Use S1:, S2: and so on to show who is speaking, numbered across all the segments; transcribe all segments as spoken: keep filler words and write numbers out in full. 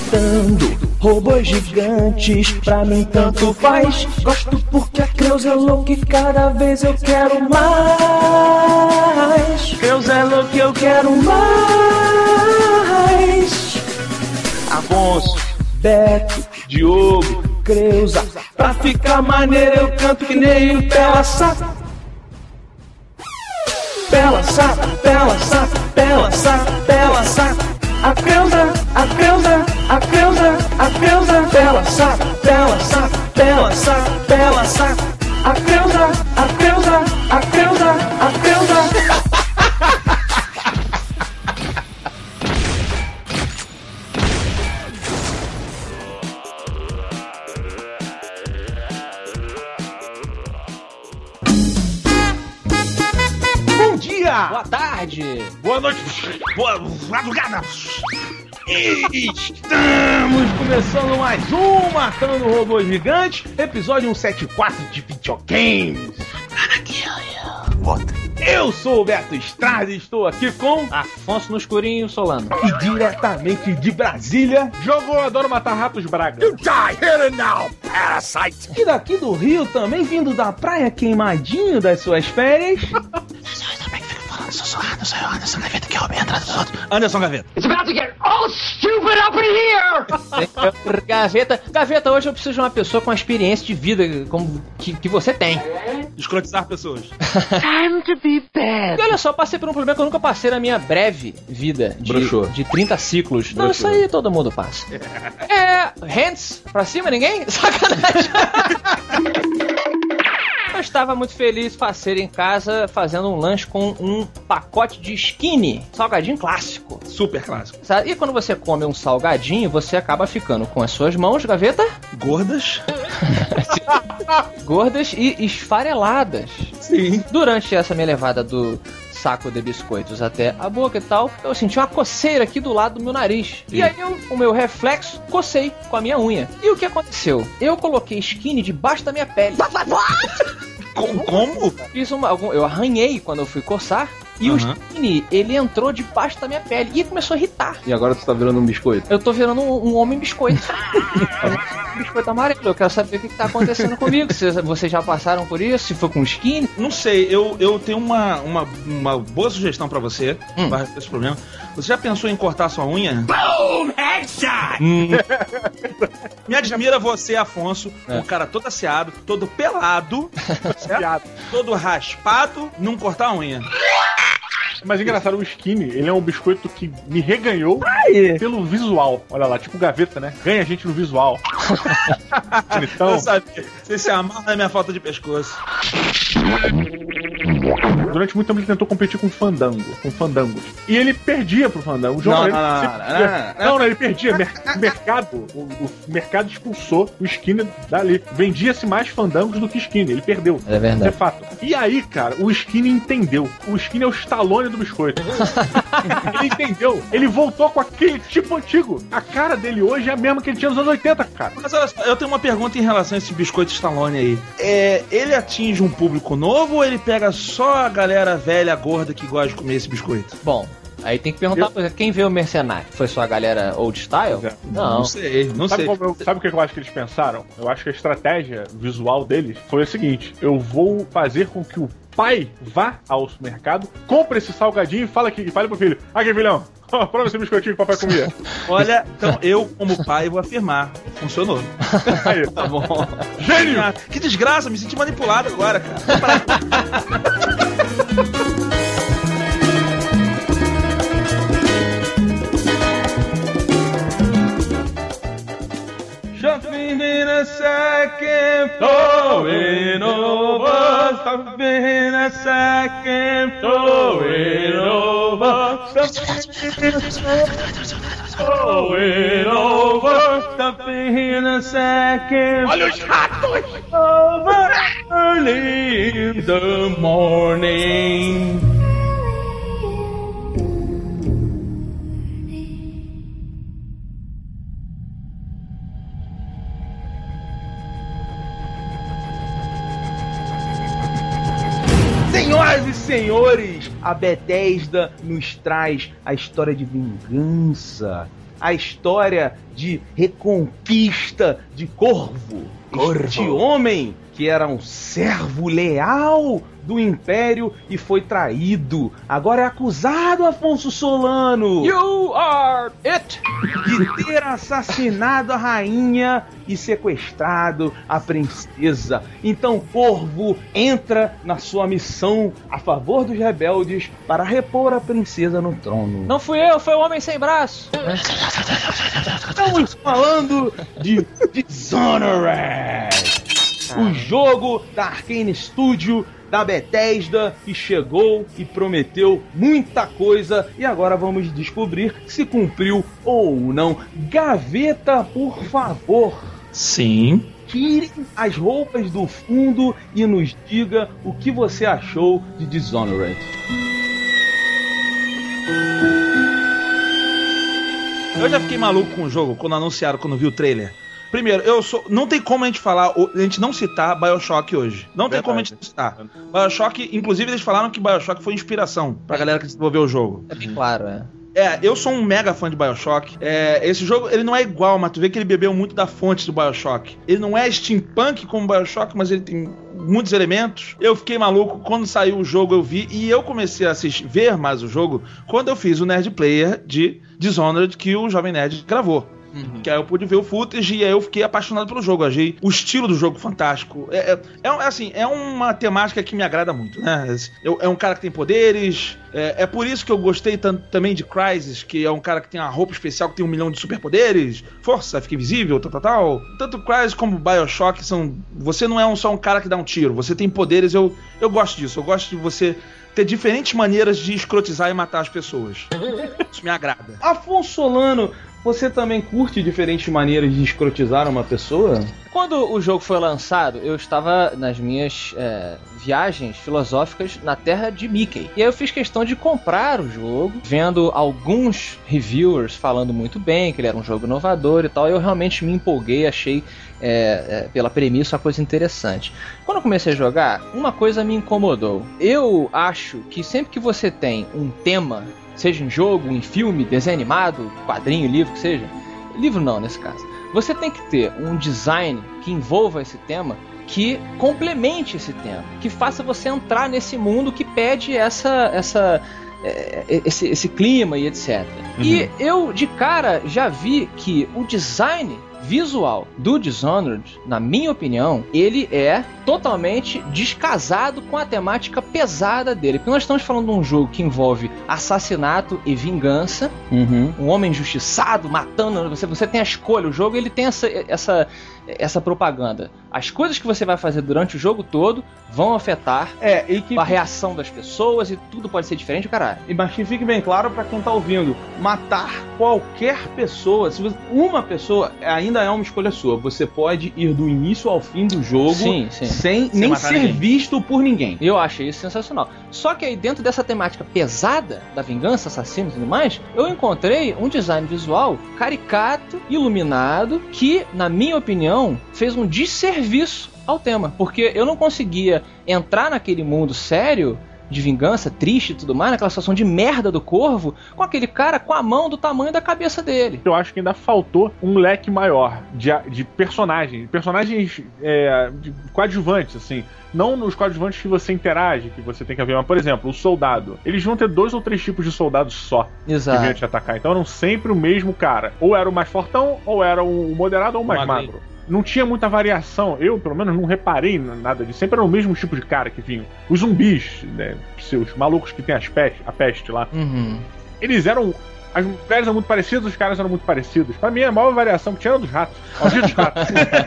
S1: matando robôs gigantes, pra mim tanto faz. Gosto porque a Creus é louca e cada vez eu quero mais. Creus é louca e eu quero mais. Afonso, Beto, Diogo, Creuza, pra ficar maneiro eu canto que nem o Pela Saco. Pela Saco, Pela Saco, Pela Saco, Pela Saco. A Creuza, a Creuza, a Creuza, a Creuza, Pela Saco, Pela Saco, Pela Saco, Pela Saco. A Creuza, a Creuza, a Creuza, a Creuza.
S2: Boa tarde!
S3: Boa noite! Boa madrugada! Estamos começando mais um Matando Robô Gigante, episódio cento e setenta e quatro de Videogames. Eu sou o Beto Estrada e estou aqui com
S2: Afonso no escurinho, Solano.
S3: E diretamente de Brasília, Jogo Adoro Matar Ratos Braga.
S4: You die here and now, parasite!
S3: E daqui do Rio, também vindo da praia queimadinho das suas férias.
S2: Sussurrado, sou eu, Anderson Gaveta, que é o entrada dos outros.
S3: Anderson Gaveta.
S4: It's about to get all stupid up in here!
S2: Gaveta, Gaveta, hoje eu preciso de uma pessoa com a experiência de vida como que, que você tem.
S3: Escrotizar pessoas.
S4: Time to be bad.
S2: E olha só, eu passei por um problema que eu nunca passei na minha breve vida de, de trinta ciclos. Não, isso aí todo mundo passa. É. Hands pra cima, ninguém? Sacanagem. Eu estava muito feliz, faceiro em casa, fazendo um lanche com um pacote de skinny, salgadinho clássico.
S3: Super clássico.
S2: Sabe? E quando você come um salgadinho, você acaba ficando com as suas mãos, Gaveta,
S3: gordas.
S2: gordas e esfareladas.
S3: Sim.
S2: Durante essa minha levada do saco de biscoitos até a boca e tal, eu senti uma coceira aqui do lado do meu nariz. Sim. E aí eu, o meu reflexo, cocei com a minha unha. E o que aconteceu? Eu coloquei skinny debaixo da minha pele.
S3: Como? Como?
S2: Fiz uma, eu arranhei quando eu fui coçar. E uhum. o skinny, ele entrou debaixo da minha pele e começou a irritar.
S5: E agora tu tá virando um biscoito?
S2: Eu tô virando um, um homem biscoito. um biscoito amarelo. Eu quero saber o que, que tá acontecendo comigo. Se vocês já passaram por isso? Se foi com skinny?
S3: Não sei, eu, eu tenho uma, uma, uma boa sugestão pra você hum. para esse problema. Você já pensou em cortar sua unha?
S4: Boom! Headshot!
S3: Hum. Me admira você, Afonso, é. um cara todo asseado, todo pelado, certo? todo raspado, não cortar a unha.
S5: Mas engraçado, o skinny, ele é um biscoito que me reganhou Ai. pelo visual. Olha lá, tipo Gaveta, né? Ganha a gente no visual.
S3: Então... Eu sabia. Você se amarra na minha falta de pescoço.
S5: Durante muito tempo ele tentou competir com o Fandango, com Fandangos. E ele perdia pro Fandango. O jogo
S3: não,
S5: ele
S3: não, não,
S5: não,
S3: não,
S5: não, não, ele perdia. O mercado, o, o mercado expulsou o skinny dali. Vendia-se mais Fandangos do que skinny. Ele perdeu.
S2: É verdade.
S5: Isso é fato. E aí, cara, o skinny entendeu. O skinny é o Stallone do biscoito. Ele entendeu. Ele voltou com aquele tipo antigo. A cara dele hoje é a mesma que ele tinha nos anos oitenta, cara.
S3: Mas olha só, eu tenho uma pergunta em relação a esse biscoito Stallone aí. É, ele atinge um público novo ou ele pega só a galera velha, gorda que gosta de comer esse biscoito?
S2: Bom, aí tem que perguntar eu... quem veio o Mercenário? Foi só a galera old style?
S5: É.
S2: Não.
S3: Não sei, não
S5: sabe
S3: sei.
S5: Eu, sabe o que eu acho que eles pensaram? Eu acho que a estratégia visual deles foi a seguinte: eu vou fazer com que o pai vá ao supermercado, compre esse salgadinho e fala aqui, e fale pro filho: aqui, filhão, prova esse biscoitinho que o papai comia.
S3: Olha, então eu, como pai, vou afirmar: funcionou.
S5: Aí,
S3: tá bom.
S5: Gênio!
S3: Ah, que desgraça, me senti manipulado agora, cara. Jumping in a second, flowing over. Jumping in a second, flowing over. Jumping in a second, flowing over. Jumping in a second.
S4: Olha os ratos!
S3: Over early in the morning. Senhoras e senhores, a Bethesda nos traz a história de vingança a história de reconquista de Corvo.
S1: Corvo.
S3: Este homem que era um servo leal do Império e foi traído. Agora é acusado, Afonso Solano,
S2: You are it!
S3: de ter assassinado a rainha e sequestrado a princesa. Então Corvo entra na sua missão a favor dos rebeldes para repor a princesa no trono.
S2: Não fui eu, foi o Homem Sem Braço.
S3: Estamos falando de Dishonored, o jogo da Arkane Studio, da Bethesda, que chegou e prometeu muita coisa, e agora vamos descobrir se cumpriu ou não. Gaveta, por favor,
S6: Sim.
S3: tire as roupas do fundo e nos diga o que você achou de Dishonored.
S6: Eu já fiquei maluco com o jogo quando anunciaram, quando vi o trailer. Primeiro, eu sou. Não tem como a gente falar, a gente não citar BioShock hoje. Não tem
S5: Verdade.
S6: como a gente citar. BioShock, inclusive, eles falaram que BioShock foi inspiração pra galera que desenvolveu o jogo.
S2: É bem claro, é.
S6: É, eu sou um mega fã de BioShock. É, esse jogo, ele não é igual, mas tu vê que ele bebeu muito da fonte do BioShock. Ele não é steampunk como BioShock, mas ele tem muitos elementos. Eu fiquei maluco quando saiu o jogo, eu vi, e eu comecei a assistir, ver mais o jogo quando eu fiz o Nerd Player de Dishonored que o Jovem Nerd gravou. Uhum. Que aí eu pude ver o footage e aí eu fiquei apaixonado pelo jogo. Eu achei o estilo do jogo fantástico. É, é, é assim, é uma temática que me agrada muito, né? Eu, é um cara que tem poderes. É, é por isso que eu gostei tanto também de Crysis, que é um cara que tem uma roupa especial, que tem um milhão de superpoderes, força, fica invisível, tal, tal, tal. Tanto Crysis como Bioshock são. Você não é um, só um cara que dá um tiro, você tem poderes. Eu, eu gosto disso. Eu gosto de você ter diferentes maneiras de escrotizar e matar as pessoas. Isso me agrada.
S3: Afonso Solano, você também curte diferentes maneiras de escrotizar uma pessoa?
S2: Quando o jogo foi lançado, eu estava nas minhas é, viagens filosóficas na terra de Mickey. E aí eu fiz questão de comprar o jogo, vendo alguns reviewers falando muito bem, que ele era um jogo inovador e tal. Eu realmente me empolguei, achei é, é, pela premissa uma coisa interessante. Quando eu comecei a jogar, uma coisa me incomodou. Eu acho que sempre que você tem um tema, seja em jogo, em filme, desenho animado, quadrinho, livro, que seja. Livro não, nesse caso. Você tem que ter um design que envolva esse tema, que complemente esse tema, que faça você entrar nesse mundo que pede essa, essa, é, esse, esse clima e etcétera. Uhum. E eu, de cara, já vi que o design visual do Dishonored, na minha opinião, ele é totalmente descasado com a temática pesada dele. Porque nós estamos falando de um jogo que envolve assassinato e vingança, uhum. um homem injustiçado matando, você, você tem a escolha, o jogo ele tem essa, essa, essa propaganda. As coisas que você vai fazer durante o jogo todo vão afetar
S3: é, e que...
S2: a reação das pessoas e tudo pode ser diferente, caralho.
S3: E mas que fique bem claro pra quem tá ouvindo, matar qualquer pessoa, se você, uma pessoa ainda é uma escolha sua. Você pode ir do início ao fim do jogo
S2: sim, sim.
S3: sem, sem nem ser ninguém. visto por ninguém.
S2: Eu achei isso sensacional. Só que aí dentro dessa temática pesada da vingança, assassino e tudo mais, eu encontrei um design visual caricato, iluminado, que, na minha opinião, fez um desserviço ao tema. Porque eu não conseguia entrar naquele mundo sério de vingança, triste e tudo mais, naquela situação de merda do Corvo, com aquele cara com a mão do tamanho da cabeça dele.
S5: Eu acho que ainda faltou um leque maior de, de personagens, personagens é, de coadjuvantes, assim. Não nos coadjuvantes que você interage, que você tem que ver, mas, por exemplo, o soldado. Eles vão ter dois ou três tipos de soldados só.
S2: Exato.
S5: Que vinham te atacar. Então eram sempre o mesmo cara. Ou era o mais fortão, ou era o moderado, ou o mais magro. magro. Não tinha muita variação. Eu, pelo menos, não reparei nada disso. Sempre era o mesmo tipo de cara que vinham. Os zumbis, né? Os malucos que tem as peste, a peste lá.
S2: Uhum.
S5: Eles eram... As mulheres eram muito parecidas, os caras eram muito parecidos. Pra mim, a maior variação que tinha era dos ratos. Olha dos ratos.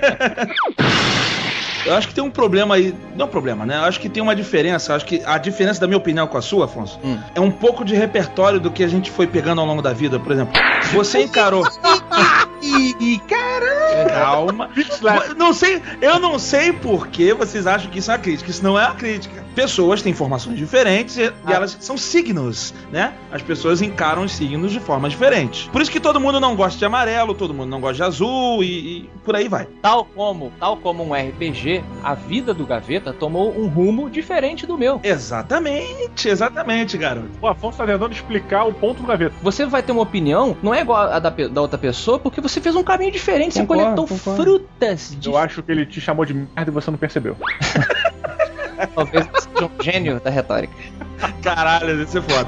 S6: Eu acho que tem um problema aí. Não é um problema, né? Eu acho que tem uma diferença. Eu acho que a diferença da minha opinião com a sua, Afonso, hum. é um pouco de repertório do que a gente foi pegando ao longo da vida. Por exemplo, você encarou. Ih, caramba! Calma. Não sei, eu não sei por que vocês acham que isso é uma crítica. Isso não é uma crítica. Pessoas têm informações diferentes e,
S2: Ah.
S6: e elas são signos, né? As pessoas encaram os signos de forma diferente. Por isso que todo mundo não gosta de amarelo, todo mundo não gosta de azul e, e por aí vai.
S2: Tal como, tal como um R P G, a vida do Gaveta tomou um rumo diferente do meu.
S6: Exatamente, exatamente, garoto.
S5: O Afonso tá tentando explicar o ponto do Gaveta.
S2: Você vai ter uma opinião, não é igual a da, pe- da outra pessoa, porque você fez um caminho diferente, você
S3: Concordo,
S2: coletou
S3: concordo.
S2: frutas de...
S5: Eu acho que ele te chamou de merda e você não percebeu.
S2: Talvez você seja um gênio da retórica.
S6: Caralho, isso é foda.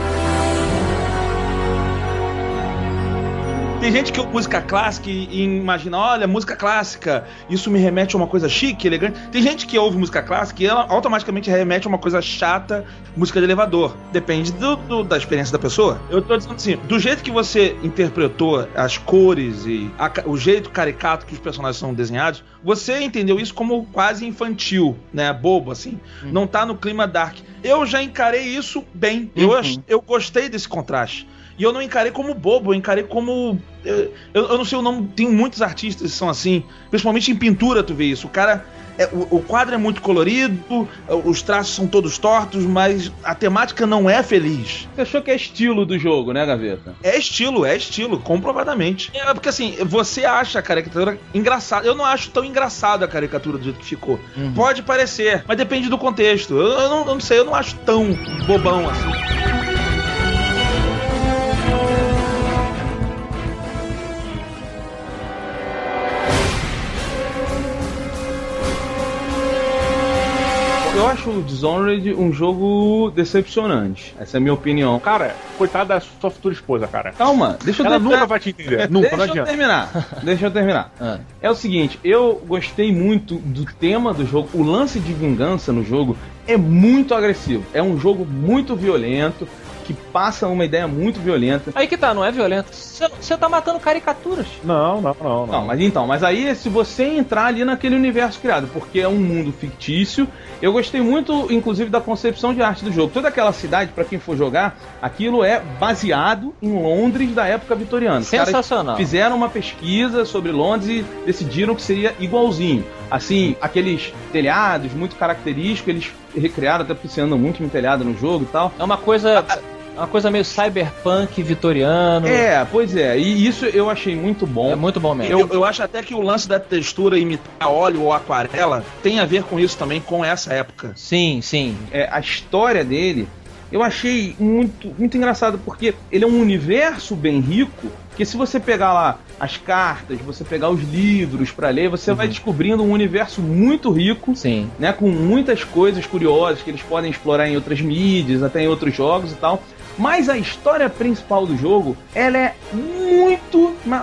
S6: Tem gente que ouve música clássica e, e imagina, olha, música clássica, isso me remete a uma coisa chique, elegante. Tem gente que ouve música clássica e ela automaticamente remete a uma coisa chata, música de elevador. Depende do, do- da experiência da pessoa. Eu tô dizendo assim, do jeito que você interpretou as cores e a ca- o jeito caricato que os personagens são desenhados, você entendeu isso como quase infantil, né? Bobo, assim. Não tá no clima dark. Eu já encarei isso bem. Eu,
S2: Uhum.
S6: ach- eu gostei desse contraste. E eu não encarei como bobo, eu encarei como... Eu, eu, eu não sei o nome, tem muitos artistas que são assim, principalmente em pintura tu vê isso. O cara, é, o, o quadro é muito colorido, os traços são todos tortos, mas a temática não é feliz.
S3: Você achou que é estilo do jogo, né, Gaveta?
S6: É estilo, é estilo, comprovadamente. É porque assim, você acha a caricatura engraçada. Eu não acho tão engraçada a caricatura do jeito que ficou.
S2: Uhum.
S6: Pode parecer, mas depende do contexto. Eu, eu não, eu não sei, eu não acho tão bobão assim.
S3: Eu acho o Dishonored um jogo decepcionante. Essa é a minha opinião.
S5: Cara, coitada da sua futura esposa, cara.
S3: Calma, deixa eu
S5: Ela
S3: terminar.
S5: nunca vai te entender. Nunca, não
S3: Deixa eu
S5: adianta.
S3: terminar. Deixa eu terminar.
S2: Ah.
S3: É o seguinte, eu gostei muito do tema do jogo. O lance de vingança no jogo é muito agressivo. É um jogo muito violento, que passa uma ideia muito violenta.
S2: Aí que tá, não é violento. Você- Você tá matando caricaturas.
S5: Não, não, não, não.
S3: Não, mas então, mas aí se você entrar ali naquele universo criado, porque é um mundo fictício, eu gostei muito, inclusive, da concepção de arte do jogo. Toda aquela cidade, pra quem for jogar, aquilo é baseado em Londres da época vitoriana. Os caras
S2: Sensacional.
S3: fizeram uma pesquisa sobre Londres e decidiram que seria igualzinho. Assim, aqueles telhados muito característicos, eles recriaram, até porque você anda muito no telhado no jogo e tal.
S2: É uma coisa... É uma coisa meio cyberpunk vitoriano.
S3: É, pois é, e isso eu achei muito bom.
S2: É muito bom mesmo.
S6: Eu, eu acho até que o lance da textura imitar óleo ou aquarela tem a ver com isso também, com essa época.
S2: Sim, sim.
S3: É, a história dele, eu achei muito, muito engraçado, porque ele é um universo bem rico, que se você pegar lá as cartas, você pegar os livros pra ler, você vai descobrindo um universo muito rico,
S2: Sim.
S3: né, com muitas coisas curiosas que eles podem explorar em outras mídias, até em outros jogos e tal. Mas a história principal do jogo, ela é muito, mas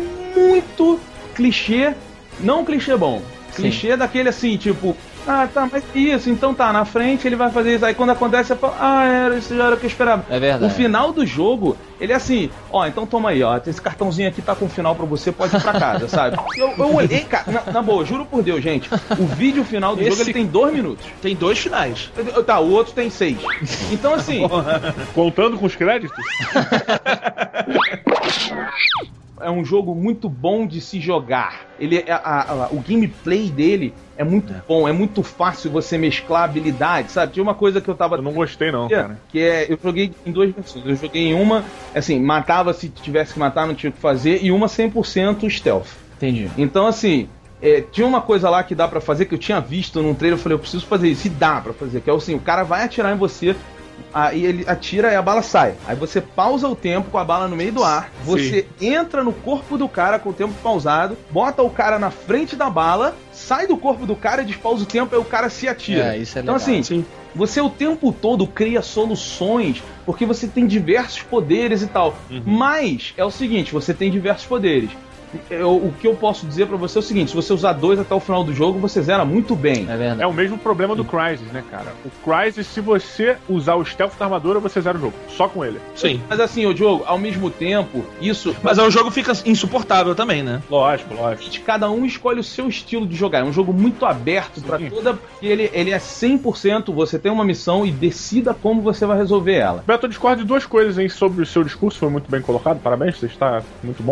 S3: muito clichê, não clichê bom.
S2: Sim.
S3: Clichê daquele assim, tipo, ah, tá, mas isso, então tá, na frente ele vai fazer isso. Aí quando acontece, você fala, ah, era, isso já era o que eu esperava.
S2: É verdade.
S3: O final do jogo, ele é assim, ó, então toma aí, ó, esse cartãozinho aqui tá com o final pra você, pode ir pra casa, sabe? Eu, eu olhei, cara, na, na boa, juro por Deus, gente, o vídeo final do
S6: Esse-
S3: jogo, ele tem dois minutos.
S6: Tem dois finais.
S3: Tá, o outro tem seis. Então, assim,
S5: Contando com os créditos?
S3: é um jogo muito bom de se jogar. Ele é, a- a- o gameplay dele é muito bom, é muito fácil você mesclar habilidades, sabe? Tinha uma coisa que eu tava...
S5: Eu não gostei, não,
S3: que é-
S5: cara.
S3: que é, eu joguei em duas versões. Eu joguei em uma, assim, matava se tivesse que matar, não tinha o que fazer, e uma cem por cento stealth.
S2: Entendi.
S3: Então, assim, é, tinha uma coisa lá que dá pra fazer, que eu tinha visto num trailer, eu falei, eu preciso fazer isso, e dá pra fazer, que é assim, o cara vai atirar em você, aí ele atira e a bala sai. Aí você pausa o tempo com a bala no meio do ar, você entra no corpo do cara com o tempo pausado, bota o cara na frente da bala, sai do corpo do cara, despausa o tempo, aí o cara se atira.
S2: É, isso é
S3: então,
S2: legal.
S3: assim,
S6: Sim.
S3: você o tempo todo cria soluções, porque você tem diversos poderes e tal. Mas é o seguinte, você tem diversos poderes. Eu- o que eu posso dizer pra você é o seguinte, se você usar dois até o final do jogo, você zera muito bem.
S2: É verdade.
S5: É o mesmo problema do Crysis, né, cara? O Crysis, se você usar o stealth da armadura, você zera o jogo. Só com ele.
S6: Sim.
S3: Mas assim, o jogo, ao mesmo tempo, isso...
S6: Mas aí o jogo fica insuportável também, né?
S5: Lógico, lógico.
S3: Cada um escolhe o seu estilo de jogar. É um jogo muito aberto pra toda... Ele, ele é cem por cento, você tem uma missão e decida como você vai resolver ela.
S5: Beto, eu discordo de duas coisas, hein, sobre o seu discurso, foi muito bem colocado, parabéns, você está muito bom.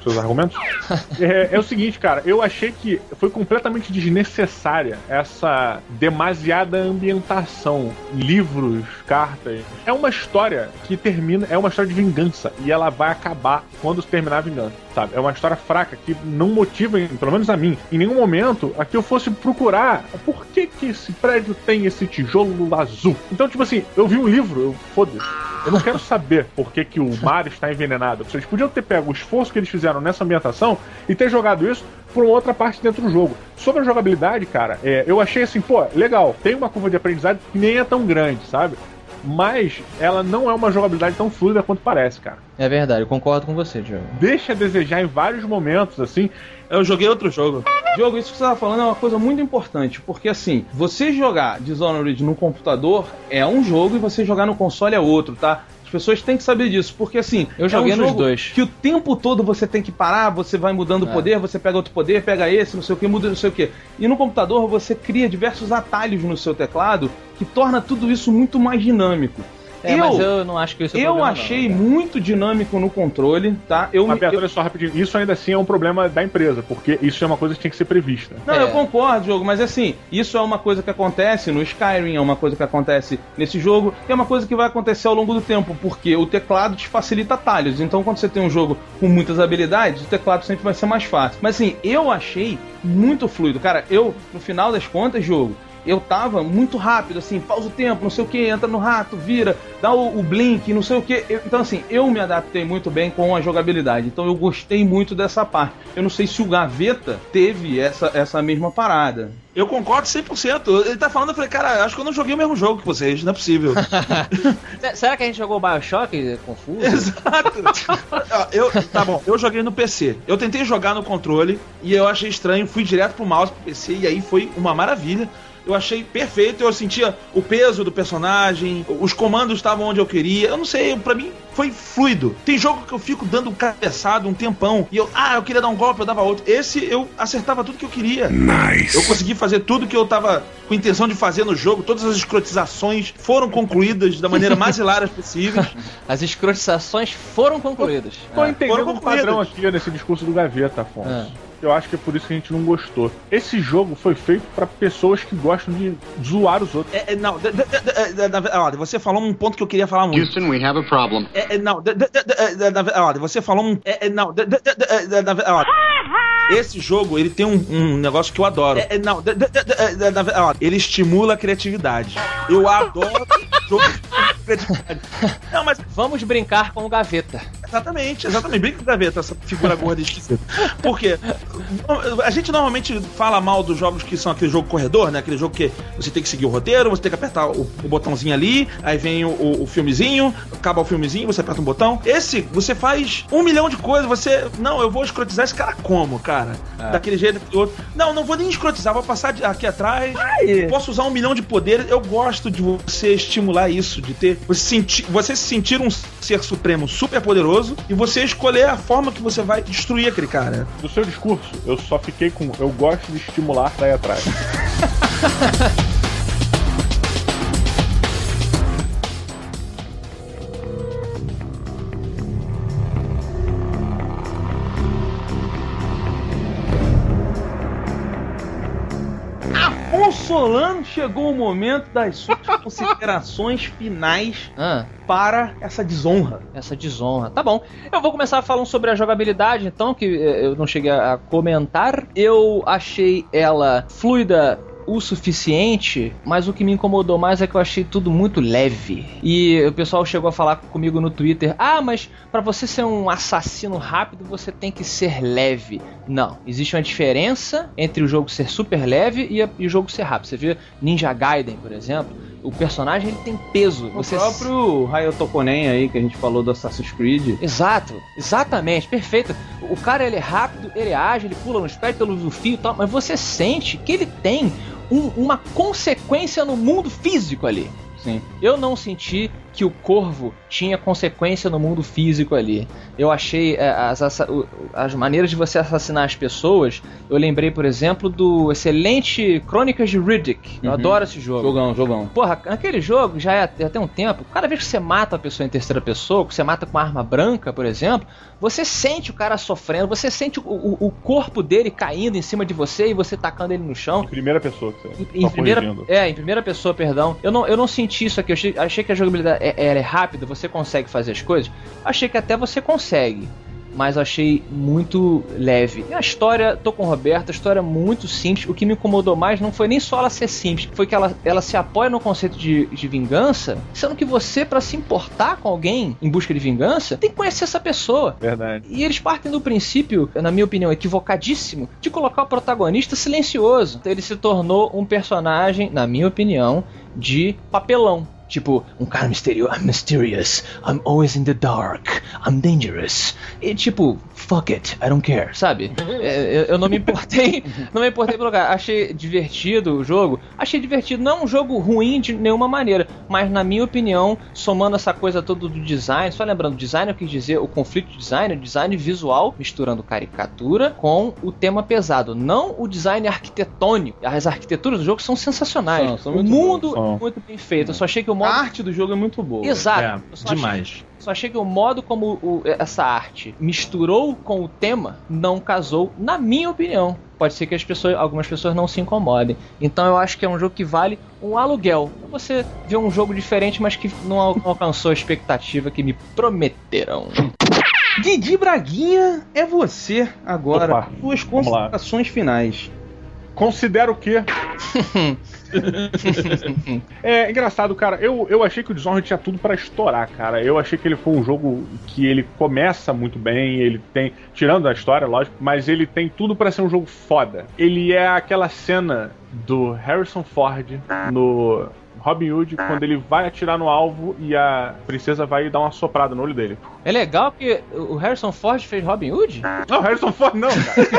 S5: seus argumentos. é, é o seguinte, cara, eu achei que foi completamente desnecessária essa demasiada ambientação, livros, cartas. É uma história que termina, é uma história de vingança, e ela vai acabar quando terminar a vingança, sabe? É uma história fraca que não motiva, pelo menos a mim, em nenhum momento a que eu fosse procurar por que que esse prédio tem esse tijolo azul. Então, tipo assim, eu vi um livro, eu foda-se. Eu não quero saber por que que o mar está envenenado. Vocês podiam ter pego o esforço que eles fizeram nessa ambientação e ter jogado isso por uma outra parte dentro do jogo. Sobre a jogabilidade, cara, é, eu achei assim, pô, legal, tem uma curva de aprendizado que nem é tão grande, sabe? Mas ela não é uma jogabilidade tão fluida quanto parece, cara.
S2: É verdade, eu concordo com você, Diogo.
S5: Deixa a desejar em vários momentos, assim.
S6: Eu joguei outro jogo.
S3: Diogo, isso que você tava falando é uma coisa muito importante, porque assim, você jogar Dishonored no computador é um jogo e você jogar no console é outro, tá? As pessoas têm que saber disso, porque assim,
S2: eu joguei
S3: é um
S2: nos
S3: jogo
S2: dois.
S3: Que o tempo todo você tem que parar, você vai mudando o
S2: É.
S3: poder, você pega outro poder, pega esse, não sei o que, muda não sei o que. E no computador você cria diversos atalhos no seu teclado que torna tudo isso muito mais dinâmico.
S2: É,
S3: eu,
S2: mas eu não acho que isso é
S3: eu
S2: problema,
S3: achei
S2: não,
S3: muito dinâmico no controle, tá? Eu,
S5: Mas, Beto,
S3: eu,
S5: olha só rapidinho, isso ainda assim é um problema da empresa, porque isso é uma coisa que tinha que ser prevista.
S3: Não,
S2: É.
S3: eu concordo, jogo, mas assim, isso é uma coisa que acontece no Skyrim, é uma coisa que acontece nesse jogo, e é uma coisa que vai acontecer ao longo do tempo, porque o teclado te facilita atalhos. Então, quando você tem um jogo com muitas habilidades, o teclado sempre vai ser mais fácil. Mas assim, eu achei muito fluido. Cara, eu, no final das contas, jogo, eu tava muito rápido, assim, pausa o tempo, não sei o que, entra no rato, vira, dá o, o blink, não sei o que. Então, assim, eu me adaptei muito bem com a jogabilidade. Então, eu gostei muito dessa parte. Eu não sei se o Gaveta teve essa, essa mesma parada.
S6: Eu concordo cem por cento. Ele tá falando, eu falei, cara, acho que eu não joguei o mesmo jogo que vocês, não é possível.
S2: Será que a gente jogou Bioshock? Confuso?
S6: Exato. Ó, eu, tá bom, eu joguei no P C. Eu tentei jogar no controle e eu achei estranho, fui direto pro mouse, pro P C, e aí foi uma maravilha. Eu achei perfeito, eu sentia o peso do personagem, os comandos estavam onde eu queria. Eu não sei, pra mim foi fluido. Tem jogo que eu fico dando um cabeçado um tempão e eu, ah, eu queria dar um golpe, eu dava outro. Esse eu acertava tudo que eu queria.
S4: Nice.
S6: Eu consegui fazer tudo que eu tava com intenção de fazer no jogo. Todas as escrotizações foram concluídas da maneira mais hilária possível.
S2: As escrotizações foram concluídas.
S5: Tô
S2: É.
S5: entendendo
S6: Foram
S5: um padrão
S6: concluídas.
S5: aqui nesse discurso do Gaveta, Afonso.
S2: É.
S5: Eu acho que é por isso que a gente não gostou. Esse jogo foi feito pra pessoas que gostam de zoar os outros.
S6: É, é, não, de- de- de- de- de- olha, você falou um ponto que eu queria falar muito.
S7: Houston, we have a problem.
S6: É, é, não, de- de- de- de- de- de- olha, você falou um. É, é, não, de- de- de- de- de- de- olha. Esse jogo, ele tem um, um negócio que eu adoro. É, é, não, de- de- de- de- de- de- olha, ele estimula a criatividade. Eu adoro jogo de criatividade. Não, mas
S2: Vamos brincar com o Gaveta.
S6: exatamente, exatamente. Brinca com o Gaveta, essa figura gorda esquisita. Por quê? A gente normalmente fala mal dos jogos que são aquele jogo corredor, né? Aquele jogo que você tem que seguir o roteiro, você tem que apertar o, o botãozinho ali, aí vem o, o, o filmezinho, acaba o filmezinho, você aperta um botão. Esse, você faz um milhão de coisas, você... Não, eu vou escrotizar esse cara como, cara?
S2: É.
S6: Daquele jeito, daquele outro. Não, não vou nem escrotizar, vou passar de- aqui atrás. Posso usar um milhão de poderes. Eu gosto de você estimular isso, de ter... Você, senti, você se sentir um ser supremo super poderoso e você escolher a forma que você vai destruir aquele cara.
S5: Do seu discurso, eu só fiquei com eu gosto de estimular daí atrás.
S3: Afonso Solano, chegou o momento das suas considerações finais
S2: Ah,
S3: para essa desonra.
S2: essa desonra. Tá bom. Eu vou começar falando sobre a jogabilidade, então, que eh, eu não cheguei a comentar. Eu achei ela fluida o suficiente, mas o que me incomodou mais é que eu achei tudo muito leve. E o pessoal chegou a falar comigo no Twitter: ah, mas pra você ser um assassino rápido, você tem que ser leve. Não, existe uma diferença entre o jogo ser super leve e, a, e o jogo ser rápido. Você vê Ninja Gaiden, por exemplo, o personagem ele tem peso.
S3: O
S2: Você
S3: próprio Hayato Konen aí, que a gente falou do Assassin's Creed.
S2: Exato, exatamente, perfeito. O cara, ele é rápido, ele é ágil, ele pula nos pés, pelo no fio e tal, mas você sente que ele tem um- uma consequência no mundo físico ali. Sim. Eu não senti que o corvo tinha consequência no mundo físico ali. Eu achei é, as, as, as maneiras de você assassinar as pessoas. Eu lembrei, por exemplo, do excelente Crônicas de Riddick. Eu
S3: Uhum.
S2: adoro esse jogo.
S3: Jogão, jogão.
S2: Porra, naquele jogo já é até um tempo. Cada vez que você mata a pessoa em terceira pessoa, que você mata com uma arma branca, por exemplo, você sente o cara sofrendo, você sente o, o, o corpo dele caindo em cima de você e você tacando ele no chão.
S5: Em primeira pessoa que você
S2: Em, em
S5: tá
S2: primeira,
S5: corrigindo.
S2: é, em primeira pessoa, perdão. Eu não, eu não senti isso aqui. Eu achei, achei que a jogabilidade é, ela é rápida, você consegue fazer as coisas. Achei que até você consegue, mas eu achei muito leve. E a história, tô com o Roberto, a história é muito simples. O que me incomodou mais não foi nem só ela ser simples, foi que ela, ela se apoia no conceito de, de vingança, sendo que você, pra se importar com alguém em busca de vingança, tem que conhecer essa pessoa.
S5: Verdade.
S2: E eles partem do princípio, na minha opinião, equivocadíssimo, de colocar o protagonista silencioso. Então ele se tornou um personagem, na minha opinião, de papelão. Tipo, um cara misterioso. I'm mysterious. I'm always in the dark. I'm dangerous. E tipo, fuck it. I don't care, sabe? É, eu, eu não me importei. Não me importei pelo lugar. Achei divertido o jogo. Achei divertido. Não é um jogo ruim de nenhuma maneira. Mas na minha opinião, somando essa coisa toda do design. Só lembrando, design eu quis dizer o conflito de design. O design visual, misturando caricatura com o tema pesado. Não o design arquitetônico. As arquiteturas do jogo são sensacionais.
S3: São, são
S2: o
S3: muito
S2: mundo
S5: bom, são.
S2: é muito bem feito. Eu só achei que o
S3: A
S2: modo...
S3: arte do jogo é muito boa.
S2: Exato.
S6: É,
S2: Eu só
S6: demais.
S2: Achei, só achei que o modo como o, essa arte misturou com o tema não casou, na minha opinião. Pode ser que as pessoas, algumas pessoas não se incomodem. Então eu acho que é um jogo que vale um aluguel. Você vê um jogo diferente, mas que não al- alcançou a expectativa que me prometeram.
S3: Didi Braguinha, é você agora.
S5: Opa,
S3: Suas
S5: vamos lá.
S3: considerações finais.
S5: Considero o quê? É engraçado, cara. Eu, eu achei que o Dishonored tinha tudo pra estourar, cara. Eu achei que ele foi um jogo que ele começa muito bem, ele tem, tirando a história, lógico, mas ele tem tudo pra ser um jogo foda. Ele é aquela cena do Harrison Ford no Robin Hood, quando ele vai atirar no alvo e a princesa vai dar uma soprada no olho dele.
S2: É legal que o Harrison Ford fez Robin Hood?
S5: Não, Harrison Ford não,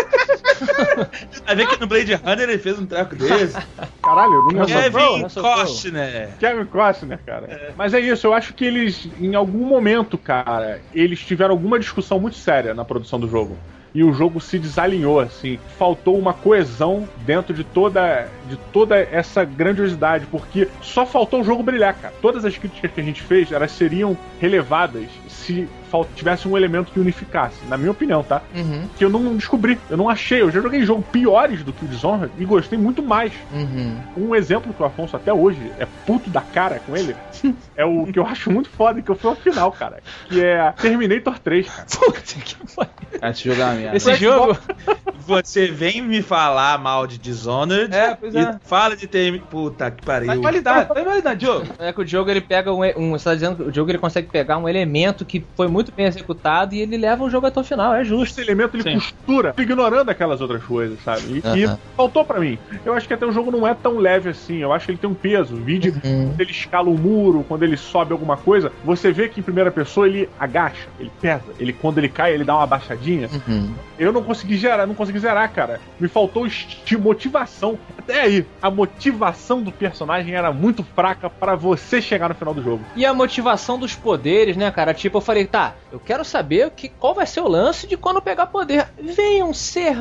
S5: cara.
S6: Vai ver que no Blade Runner ele fez um treco desse.
S5: Caralho, não
S2: Kevin
S6: Kevin
S2: Russell
S6: Costner.
S5: Kevin Costner, cara. É. Mas é isso, eu acho que eles, em algum momento, cara, eles tiveram alguma discussão muito séria na produção do jogo. E o jogo se desalinhou, assim. Faltou uma coesão dentro de toda, de toda essa grandiosidade, porque só faltou o jogo brilhar, cara. Todas as críticas que a gente fez, elas seriam relevadas se tivesse um elemento que unificasse, na minha opinião, tá?
S2: Uhum.
S5: Que eu não descobri, eu não achei. Eu já joguei jogos piores do que o Dishonored e gostei muito mais.
S2: Uhum.
S5: Um exemplo que o Afonso até hoje é puto da cara com ele é o que eu acho muito foda, que eu fui ao final, cara. Que é Terminator três, cara.
S2: Puta que pariu.
S3: Esse jogo é uma merda.
S2: Esse jogo...
S6: Você vem me falar mal de Dishonored
S3: É, pois é.
S6: e fala de ter... Puta que pariu.
S3: Tá qualidade, tá qualidade, jogo.
S2: É que o jogo ele pega um, um. Você tá dizendo que o jogo ele consegue pegar um elemento que foi muito bem executado e ele leva o jogo até o final, é justo.
S5: Esse elemento ele
S2: Sim.
S5: costura, ignorando aquelas outras coisas, sabe? E, e
S2: Aham.
S5: faltou pra mim. Eu acho que até o jogo não é tão leve assim. Eu acho que ele tem um peso. O vídeo,
S2: Uhum.
S5: quando ele escala um muro, quando ele sobe alguma coisa, você vê que em primeira pessoa ele agacha, ele pesa. Ele, quando ele cai, ele dá uma abaixadinha.
S2: Uhum.
S5: Eu não consegui gerar, não consegui zerar, cara. Me faltou esti- motivação. Até aí, a motivação do personagem era muito fraca pra você chegar no final do jogo.
S2: E a motivação dos poderes, né, cara? Tipo, eu falei, tá, eu quero saber que, qual vai ser o lance de quando pegar poder. Venha um ser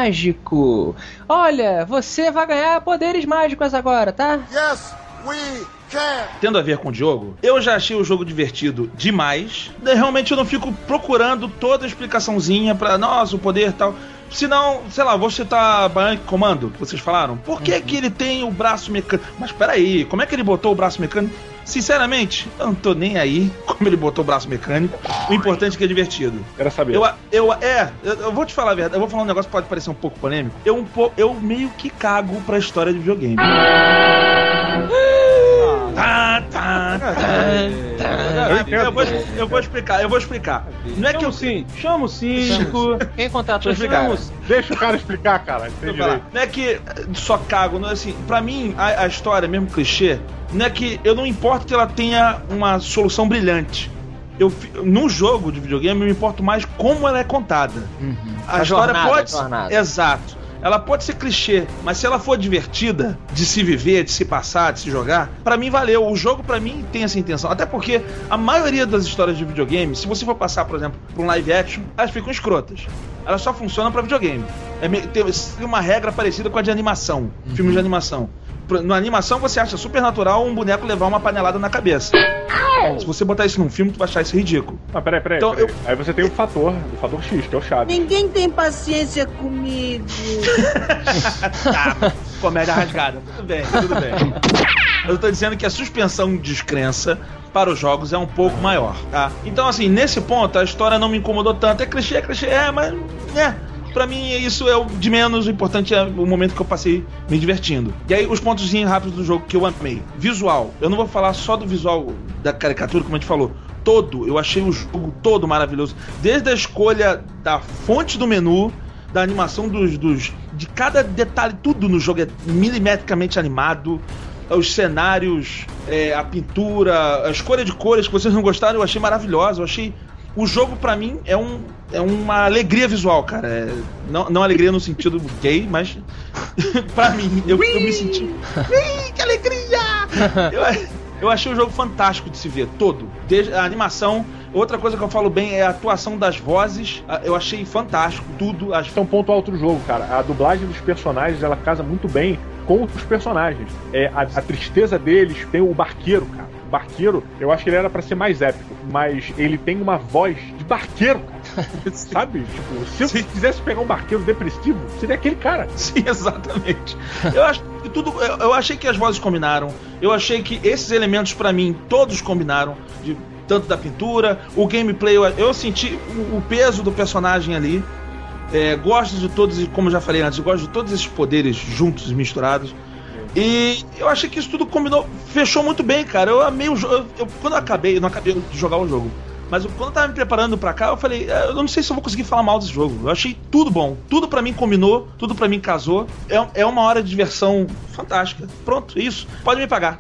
S2: mágico. Olha, você vai ganhar poderes mágicos agora, tá?
S7: Yes, we can.
S6: Tendo a ver com o jogo, eu já achei o jogo divertido demais. Realmente eu não fico procurando toda a explicaçãozinha pra, nossa, o poder e tal. Senão, sei lá, vou citar Bionic Commando, que vocês falaram. Por que que ele tem o braço mecânico? Mas peraí, como é que ele botou o braço mecânico? Sinceramente, eu não tô nem aí como ele botou o braço mecânico. O importante é que é divertido.
S5: Era saber.
S6: Eu, eu, é, eu, eu vou te falar a verdade, eu vou falar um negócio que pode parecer um pouco polêmico. Eu, um po, eu meio que cago pra história de videogame. Tá, tá, tá. Eu vou, eu vou explicar, eu vou explicar. Não é que eu
S3: sim, chama o síndico.
S2: Quem contratou esse
S6: Deixa eu
S2: jogo?
S6: explicar.
S5: Deixa o cara explicar, cara. Tem
S6: Deixa eu falar.
S5: direito.
S6: Não é que só cago, não é assim. Pra mim, a, a história, mesmo clichê, não é que eu não importo que ela tenha uma solução brilhante. Eu, fi- no jogo de videogame, eu me importo mais como ela é contada.
S2: Uhum.
S6: A,
S2: A
S6: história
S2: jornada,
S6: pode.
S2: a jornada.
S6: Exato. ela pode ser clichê, mas se ela for divertida, de se viver, de se passar, de se jogar, pra mim valeu. O jogo, pra mim, tem essa intenção. Até porque a maioria das histórias de videogame, se você for passar, por exemplo, pra um live action, elas ficam escrotas. Elas só funcionam pra videogame. É meio, tem, tem uma regra parecida com a de animação, uhum. filmes de animação. Na animação você acha super natural um boneco levar uma panelada na cabeça. Se você botar isso num filme, tu vai achar isso ridículo.
S5: Ah, peraí, peraí.
S6: Então,
S5: peraí.
S6: eu...
S5: Aí você tem o fator, o fator X, que é o Chaves.
S8: Ninguém tem paciência comigo.
S6: Tá, comédia rasgada. Tudo bem, tudo bem. Eu tô dizendo que a suspensão de descrença para os jogos é um pouco maior, tá? Então, assim, nesse ponto, a história não me incomodou tanto. É clichê, é clichê, é, mas... é. Pra mim, isso é o de menos. O importante é o momento que eu passei me divertindo. E aí, os pontos rápidos do jogo que eu amei. Visual. Eu não vou falar só do visual da caricatura, como a gente falou. Todo. Eu achei o jogo todo maravilhoso. Desde a escolha da fonte do menu, da animação dos... dos de cada detalhe, tudo no jogo é milimetricamente animado. Os cenários, é, a pintura, a escolha de cores que vocês não gostaram, eu achei maravilhosa. Eu achei... O jogo, pra mim, é, um, é uma alegria visual, cara. É, não, não alegria no sentido gay, mas pra mim, eu, eu me senti... Ui, que alegria! Eu, eu achei o jogo fantástico de se ver, todo. Desde a animação. Outra coisa que eu falo bem é a atuação das vozes. Eu achei fantástico, tudo.
S5: Acho que é um ponto alto do jogo, cara. A dublagem dos personagens, ela casa muito bem com os personagens. É, a, a tristeza deles, tem o barqueiro, cara. Barqueiro, eu acho que ele era pra ser mais épico, mas ele tem uma voz de barqueiro, cara. Sabe? Tipo, se eu Sim. quisesse pegar um barqueiro depressivo, seria aquele cara.
S6: Sim, exatamente. Eu acho que tudo. Eu, eu achei que as vozes combinaram. Eu achei que esses elementos, pra mim, todos combinaram. De, tanto da pintura, o gameplay. Eu, eu senti o, o peso do personagem ali. É, gosto de todos, como eu já falei antes, eu gosto de todos esses poderes juntos e misturados. E eu achei que isso tudo combinou, fechou muito bem, cara. Eu amei o jogo. Eu, eu, quando eu acabei, eu não acabei de jogar o jogo, mas eu, quando eu tava me preparando pra cá, eu falei, eu não sei se eu vou conseguir falar mal desse jogo. Eu achei tudo bom. Tudo pra mim combinou, tudo pra mim casou. É, é uma hora de diversão fantástica. Pronto, isso. Pode me pagar.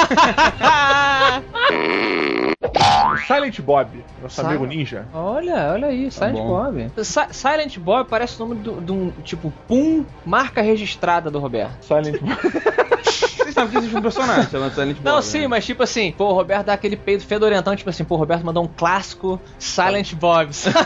S5: Silent Bob, nosso
S2: Silent...
S5: amigo ninja.
S2: Olha, olha aí, Silent tá Bob. Si- Silent Bob parece o nome de um, tipo, Pum, marca registrada do Roberto.
S5: Silent Bob.
S3: Vocês sabem que existe um personagem chamado Silent Bob.
S2: Não,
S3: né?
S2: sim, mas tipo assim, pô, o Roberto dá aquele peido fedorentão, tipo assim, pô, o Roberto mandou um clássico Silent Bob.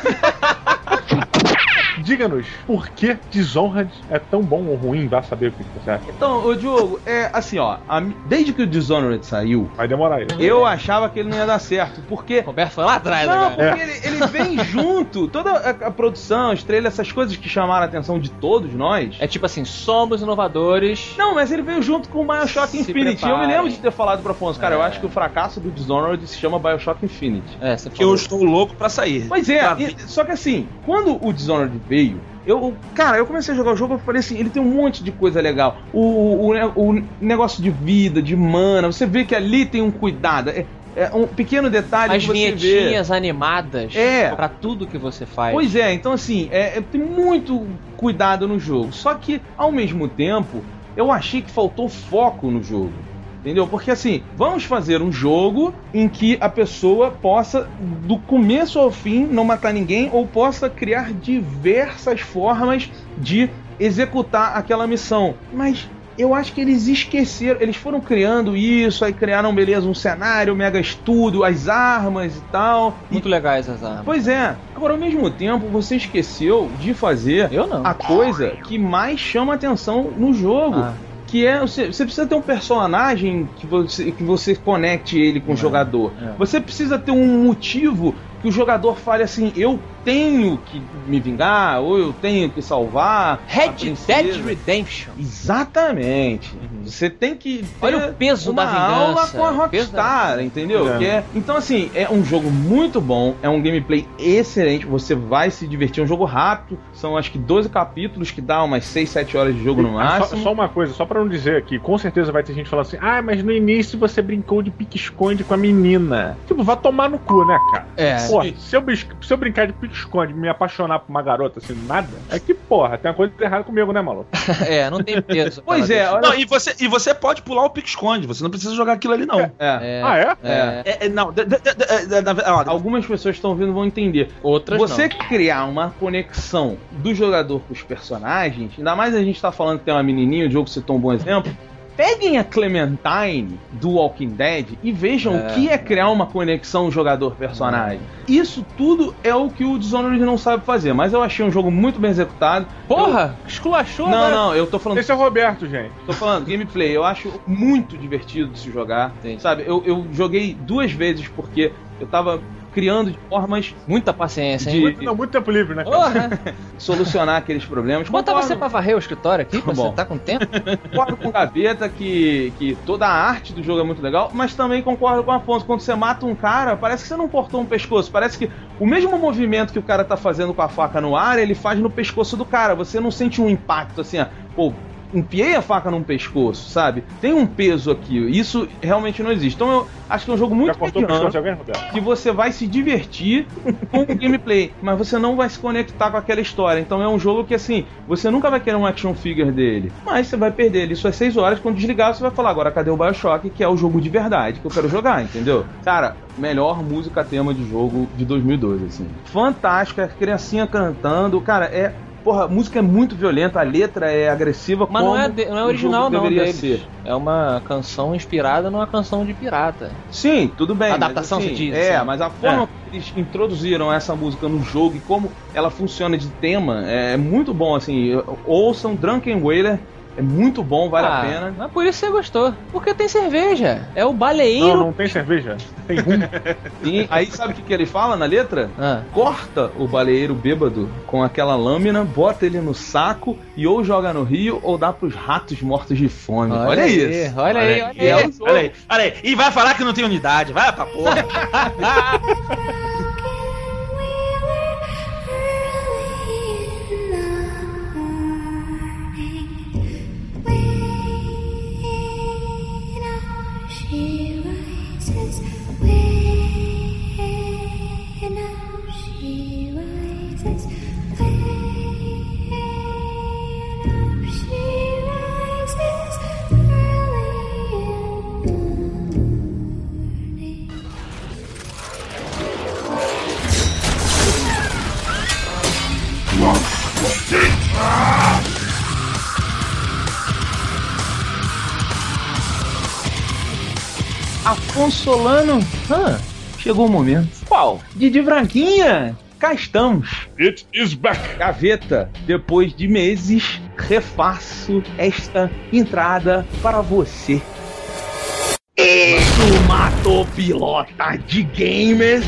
S5: Diga-nos, por que Dishonored é tão bom ou ruim? Vá saber o que você acha.
S3: Então, o Diogo, é assim, ó, a, desde que o Dishonored saiu,
S5: vai demorar aí.
S3: Eu achava que ele não ia dar certo, porque...
S2: O Roberto foi lá atrás,
S3: Não,
S2: né, cara?
S3: porque é. ele, ele vem junto, toda a, a produção, a estrela, essas coisas que chamaram a atenção de todos nós.
S2: É tipo assim, somos inovadores.
S3: Não, mas ele veio junto com o BioShock
S2: Se
S3: Infinite.
S2: preparem.
S3: Eu me lembro de ter falado pro Afonso, cara,
S2: É.
S3: eu acho que o fracasso do Dishonored se chama BioShock Infinite.
S2: É, você
S6: Que
S2: falou.
S6: eu estou louco pra sair.
S3: Pois é,
S6: Tá.
S3: e- só que assim, quando o Dishonored veio, eu, cara, eu comecei a jogar o jogo, eu falei assim, ele tem um monte de coisa legal. O, o, o negócio de vida, de mana, você vê que ali tem um cuidado. É, é um pequeno detalhe
S2: As
S3: que você vê.
S2: vinhetinhas animadas
S3: É.
S2: pra tudo que você faz.
S3: Pois é, então assim, é, é, tem muito cuidado no jogo. Só que, ao mesmo tempo, eu achei que faltou foco no jogo. Entendeu? Porque assim, vamos fazer um jogo em que a pessoa possa, do começo ao fim, não matar ninguém, ou possa criar diversas formas de executar aquela missão. Mas eu acho que eles esqueceram, eles foram criando isso, aí criaram, beleza, um cenário, um mega estudo, as armas e tal.
S2: Muito legais as armas.
S3: Pois é, agora ao mesmo tempo você esqueceu de fazer
S2: Eu não.
S3: a coisa que mais chama atenção no jogo.
S2: Ah.
S3: Que é, você, você precisa ter um personagem que você, que você conecte ele com o jogador.
S2: é.
S3: Você precisa ter um motivo que o jogador fale assim, eu tenho que me vingar, ou eu tenho que salvar a
S2: Red
S3: princesa.
S2: Dead Redemption.
S3: Exatamente. Você tem que ter
S2: Olha o peso
S3: uma
S2: da vingança.
S3: aula com a
S2: O peso
S3: Rockstar,
S2: da-
S3: entendeu?
S5: É.
S3: Que é, então assim, é um jogo muito bom, é um gameplay excelente, você vai se divertir, é um jogo rápido, são acho que doze capítulos que dá umas seis, sete horas de jogo no
S5: Ah, só,
S3: máximo.
S5: só uma coisa, só pra não dizer aqui, com certeza vai ter gente falando assim, ah, mas no início você brincou de pique-esconde com a menina. Tipo, vai tomar no cu, né, cara?
S2: É.
S5: Pô, se eu, bris- se eu brincar de pique-esconde e me apaixonar por uma garota assim, nada, é que, porra, tem uma coisa errada comigo, né, maluco?
S2: É, não tem peso.
S3: Pois é, olha,
S6: Não, e você, e você pode pular o pique-esconde, você não precisa jogar aquilo ali, não.
S3: É.
S2: É,
S5: Ah, é?
S2: é.
S6: É, é, não, de, de, de, de, de, ó,
S3: Algumas pessoas que estão ouvindo vão entender.
S2: Outras
S3: Você
S2: não.
S3: criar uma conexão do jogador com os personagens, ainda mais a gente tá falando que tem uma menininha, o jogo citou um bom exemplo. Peguem a Clementine do Walking Dead e vejam
S2: É.
S3: o que é criar uma conexão jogador-personagem. Isso tudo é o que o Dishonored não sabe fazer, mas eu achei um jogo muito bem executado.
S2: Porra, esculachou,
S3: Eu... Não,
S2: né?
S3: não, eu tô falando...
S5: Esse é o Roberto, gente.
S3: Tô falando gameplay, eu acho muito divertido de se jogar.
S2: Entendi.
S3: Sabe, eu, eu joguei duas vezes porque eu tava criando de formas
S2: Muita paciência, hein?
S3: de
S5: Muito, não, muito tempo livre, né? cara?
S2: Porra!
S3: solucionar aqueles problemas.
S2: Bota
S3: Concordo-
S2: você pra varrer o escritório aqui,
S3: Tá
S2: você
S3: bom.
S2: tá com tempo?
S3: Concordo com o Gaveta que, que toda a arte do jogo é muito legal, mas também concordo com o Afonso. Quando você mata um cara, parece que você não cortou um pescoço. Parece que o mesmo movimento que o cara tá fazendo com a faca no ar, ele faz no pescoço do cara. Você não sente um impacto assim, ó, pô, enfiei a faca num pescoço, sabe? Tem um peso aqui. Isso realmente não existe. Então eu acho que é um jogo muito
S5: Já cortou o pescoço de
S3: mediano,
S5: alguém, Roberto?
S3: que você vai se divertir com o gameplay, mas você não vai se conectar com aquela história. Então é um jogo que, assim, você nunca vai querer um action figure dele, mas você vai perder ali suas seis horas. Quando desligar, você vai falar, agora cadê o BioShock, que é o jogo de verdade que eu quero jogar, entendeu? Cara, melhor música tema de jogo de dois mil e doze, assim. Fantástica, criancinha cantando, cara, é... Porra, a música é muito violenta, a letra é agressiva,
S2: Mas
S3: como
S2: não é, de- não é
S3: o
S2: original,
S3: jogo
S2: não,
S3: deveria
S2: deles.
S3: ser.
S2: É uma canção inspirada numa canção de pirata.
S3: Sim, tudo bem.
S2: Adaptação,
S3: mas, assim,
S2: você diz,
S3: É,
S2: assim.
S3: mas a forma que eles introduziram essa música no jogo e como ela funciona de tema é muito bom, assim. Ouçam Drunken Whaler, é muito bom, vale
S2: Ah,
S3: a pena.
S2: Mas por isso você gostou. Porque tem cerveja. É o baleeiro.
S5: Não, não tem cerveja. Tem rum.
S3: E aí sabe o que, que ele fala na letra?
S2: Ah.
S3: Corta o baleeiro bêbado com aquela lâmina, bota ele no saco e ou joga no rio ou dá pros ratos mortos de fome. Olha,
S2: Olha aí,
S3: isso.
S2: olha aí, olha
S3: E é
S2: aí.
S3: o jogo.
S6: Olha aí, olha aí. E vai falar que não tem unidade, vai pra porra.
S3: Afonso Solano, ah, chegou o momento.
S2: Qual?
S3: Didi Braguinha, cá estamos.
S5: It is back.
S3: Gaveta, depois de meses, refaço esta entrada para você. Isso matou pilota de games.